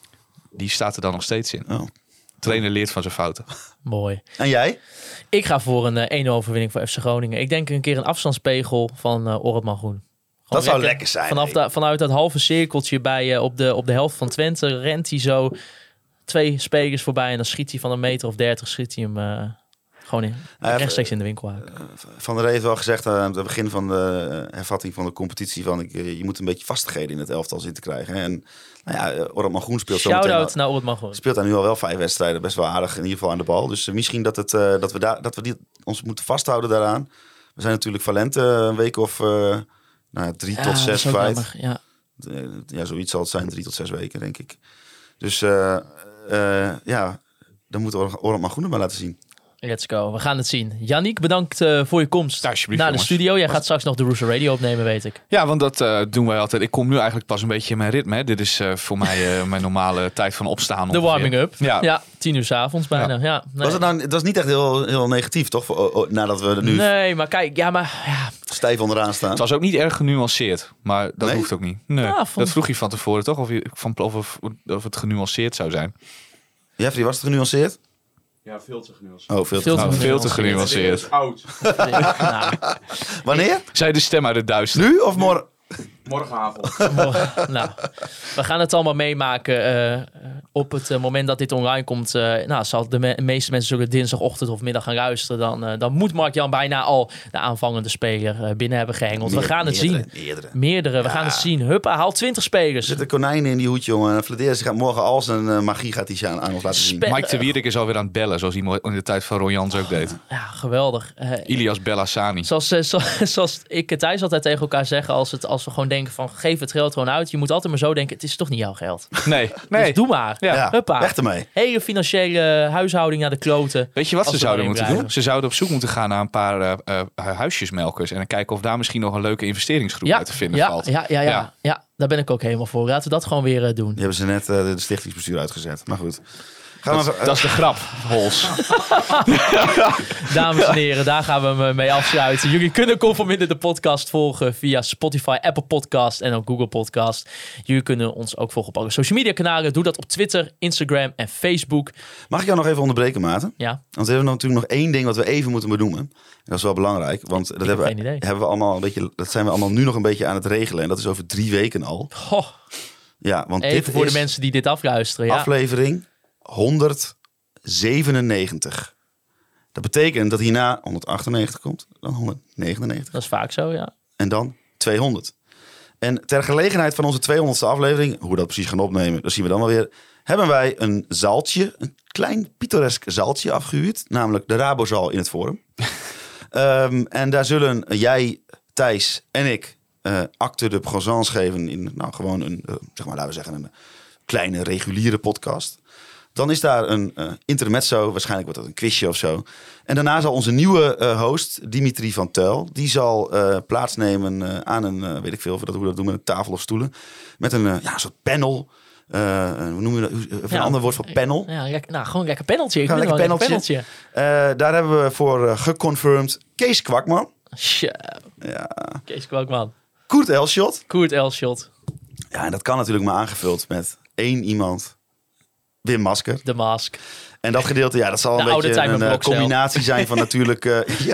Die staat er dan nog steeds in. Oh. Trainer leert van zijn fouten. mooi. En jij? Ik ga voor een uh, één-nul overwinning voor F C Groningen. Ik denk een keer een afstandspegel van uh, Orotman Groen. Gewoon Dat zou lekker zijn, Vanaf hé. da- vanuit dat halve cirkeltje bij, uh, op, de, op de helft van Twente rent hij zo twee spelers voorbij. En dan schiet hij van een meter of dertig schiet hij hem uh, gewoon in, Ja, rechtstreeks in de winkel uit. Van der Rey heeft wel gezegd uh, aan het begin van de hervatting van de competitie van ik, uh, je moet een beetje vastigheden in het elftal zien te krijgen. Hè. En nou ja, Orotman Groen speelt zo meteen Shout-out al- naar Orotman Groen. speelt daar nu al wel vijf wedstrijden, best wel aardig in ieder geval aan de bal. Dus uh, misschien dat, het, uh, dat we, daar, dat we die, ons moeten vasthouden daaraan. We zijn natuurlijk Valente een week of uh, nou, ja, drie Ja, tot dat zes is ook kwijt. jammer, Ja. Uh, ja, zoiets zal het zijn, drie tot zes weken denk ik. Dus uh, uh, ja, dan moet Orotman Groen er maar laten zien. Let's go. We gaan het zien. Yannick, bedankt uh, voor je komst Ja, alsjeblieft, naar de jongens. studio. Jij gaat straks nog de Rooster Radio opnemen, weet ik. Ja, want dat uh, doen wij altijd. Ik kom nu eigenlijk pas een beetje in mijn ritme. Hè. Dit is uh, voor mij uh, mijn normale tijd van opstaan. De ongeveer. warming-up. Ja. ja, tien uur 's avonds bijna. Ja. Ja, nee. Was het nou, dat was niet echt heel, heel negatief, toch? Voor- oh, oh, nadat we er nu Nee, maar kijk, ja, maar ja, stijf onderaan staan. Het was ook niet erg genuanceerd, maar dat Nee? hoeft ook niet. Nee. Ja, vond- Dat vroeg je van tevoren toch? Of, je, van, of, of, of het genuanceerd zou zijn. Jeffrey, was het genuanceerd? Ja, veel te genuanceerd. Oh, veel te Veel te Nou, veel te genuanceerd. genuanceerd. Oud. nou, Wanneer? Zij de stem uit het duister. Nu of morgen? Morgenavond. nou, we gaan het allemaal meemaken uh, op het uh, moment dat dit online komt. Uh, nou, zal de me- meeste mensen zullen dinsdagochtend of middag gaan luisteren. Dan, uh, dan moet Mark-Jan bijna al de aanvallende speler uh, binnen hebben gehengeld. We Meer- gaan het meerdere, zien. Meerdere. Meerdere, we Ja. gaan het zien. Huppa, haal twintig spelers. Er zitten konijnen in die hoed, jongen. En Flederis gaat morgen al zijn uh, magie gaat hij aan, aan ons laten zien. Spe- Mike de Wierik is alweer aan het bellen, zoals hij mo- in de tijd van Ron Jans ook deed. Ja, geweldig. Uh, Ilias Bellassani. Zoals, uh, zo, zoals ik en Thijs altijd tegen elkaar zeggen, als, het, als we gewoon denken van geef het geld gewoon uit. Je moet altijd maar zo denken, het is toch niet jouw geld. Nee, nee. Dus doe maar. Ja. Ja, Huppa. weg ermee. Hele financiële huishouding naar de kloten. Weet je wat Als ze we zouden erin moeten blijven. doen? Ze zouden op zoek moeten gaan naar een paar uh, uh, huisjesmelkers. En dan kijken of daar misschien nog een leuke investeringsgroep Ja, uit te vinden ja, valt. ja, ja, ja, Ja. ja, daar ben ik ook helemaal voor. Laten we dat gewoon weer uh, doen. Die hebben ze net uh, de stichtingsbestuur uitgezet. Maar goed. Gaan we Dat, even, dat is de grap, Hols. Dames en heren, daar gaan we hem mee afsluiten. Jullie kunnen Conforminder de podcast volgen via Spotify, Apple Podcast en ook Google Podcast. Jullie kunnen ons ook volgen op alle social media kanalen. Doe dat op Twitter, Instagram en Facebook. Mag ik jou nog even onderbreken, Maarten? Ja, Want we hebben natuurlijk nog één ding wat we even moeten benoemen. En dat is wel belangrijk. Want dat, hebben, geen idee. we, hebben we allemaal een beetje, dat zijn we allemaal nu nog een beetje aan het regelen. En dat is over drie weken al. Goh, Ja, want even dit voor is de mensen die dit afluisteren. Ja. aflevering honderdzevenennegentig. Dat betekent dat hierna honderdachtennegentig komt. Dan honderdnegenennegentig. Dat is vaak zo, ja. En dan tweehonderd. En ter gelegenheid van onze tweehonderdste aflevering, hoe we dat precies gaan opnemen, dat zien we dan wel weer, hebben wij een zaaltje, een klein pittoresk zaaltje afgehuurd, namelijk de Rabozaal in het Forum. um, en daar zullen jij, Thijs en ik uh, acte de présence geven in nou, gewoon een, uh, zeg maar, laten we zeggen, een kleine reguliere podcast. Dan is daar een uh, intermezzo, waarschijnlijk wordt dat een quizje of zo. En daarna zal onze nieuwe uh, host, Dimitri van Tuil, die zal uh, plaatsnemen uh, aan een, uh, weet ik veel of we dat, hoe we dat doen, met een tafel of stoelen. Met een uh, ja, soort panel. Uh, hoe noemen we dat? Even ja, een ander woord voor panel. Ja, lekker, nou, gewoon een lekker paneltje. Ik Gewoon vind lekker het wel paneltje. een lekker paneltje. Uh, daar hebben we voor uh, geconfirmed Kees Kwakman. Tja, Ja. Kees Kwakman. Koert Elschot. Koert Elschot. Ja, en dat kan natuurlijk maar aangevuld met één iemand. Wim Masker. De Mask. En dat gedeelte, ja, dat zal De een oude beetje een Tijmen uh, Blokcel. combinatie zijn van natuurlijk... Uh, ja,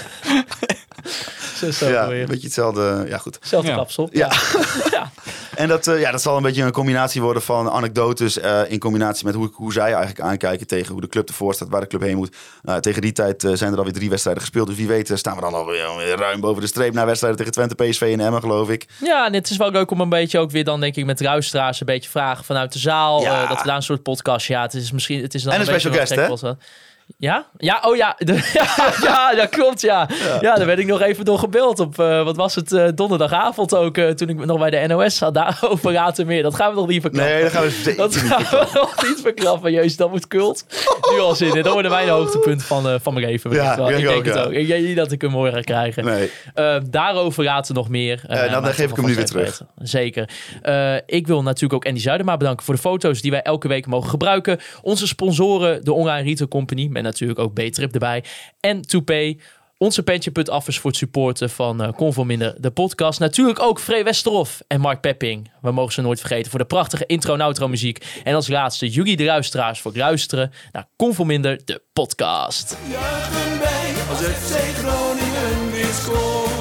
Zo, zo ja, weer. een beetje hetzelfde. Ja, goed. Zelfde Ja. kapsel. Ja. Ja. En dat, uh, ja, dat zal een beetje een combinatie worden van anekdotes uh, in combinatie met hoe, hoe zij eigenlijk aankijken tegen hoe de club ervoor staat, waar de club heen moet. Uh, tegen die tijd uh, zijn er alweer drie wedstrijden gespeeld. Dus wie weet uh, staan we dan alweer uh, ruim boven de streep naar wedstrijden tegen Twente, P S V en Emmen, geloof ik. Ja, en het is wel leuk om een beetje ook weer dan denk ik met luisteraars een beetje vragen vanuit de zaal. Ja. Uh, dat we daar een soort podcast. Ja, het is misschien het is dan En een beetje special wat guest, gek was, Ja? Ja, oh ja. De, ja, ja, dat klopt, ja. ja. Ja, daar werd ik nog even door gebeld op, uh, wat was het, uh, donderdagavond ook, uh, toen ik nog bij de N O S zat. Daarover later meer. Dat gaan we nog niet verklappen. Nee, dat gaan we zeker Dat niet gaan we nog niet verklappen. Jezus, dat moet kult. Nu al zin in. Dat worden mijn hoogtepunt van, uh, van mijn leven. Ja, wel. ik Ik denk ook, het ja. ook. Ik denk niet dat ik hem hoor ga krijgen. Nee. Uh, daarover later nog meer. Uh, Uh, dan maar geef ik hem nu weer vast even terug. weten. Zeker. Uh, ik wil natuurlijk ook Andy Zuidema bedanken voor de foto's die wij elke week mogen gebruiken. Onze sponsoren, de Online Retail Company, met natuurlijk ook B-Trip erbij. En TwoPay. Onze petje punt af is voor het supporten van uh, Conforminder, de podcast. Natuurlijk ook Free Westerhof en Mark Pepping. We mogen ze nooit vergeten voor de prachtige intro- en outro muziek. En als laatste jullie de luisteraars voor het luisteren naar Conforminder, de podcast. Juichen wij als F C Groningen weer scoort.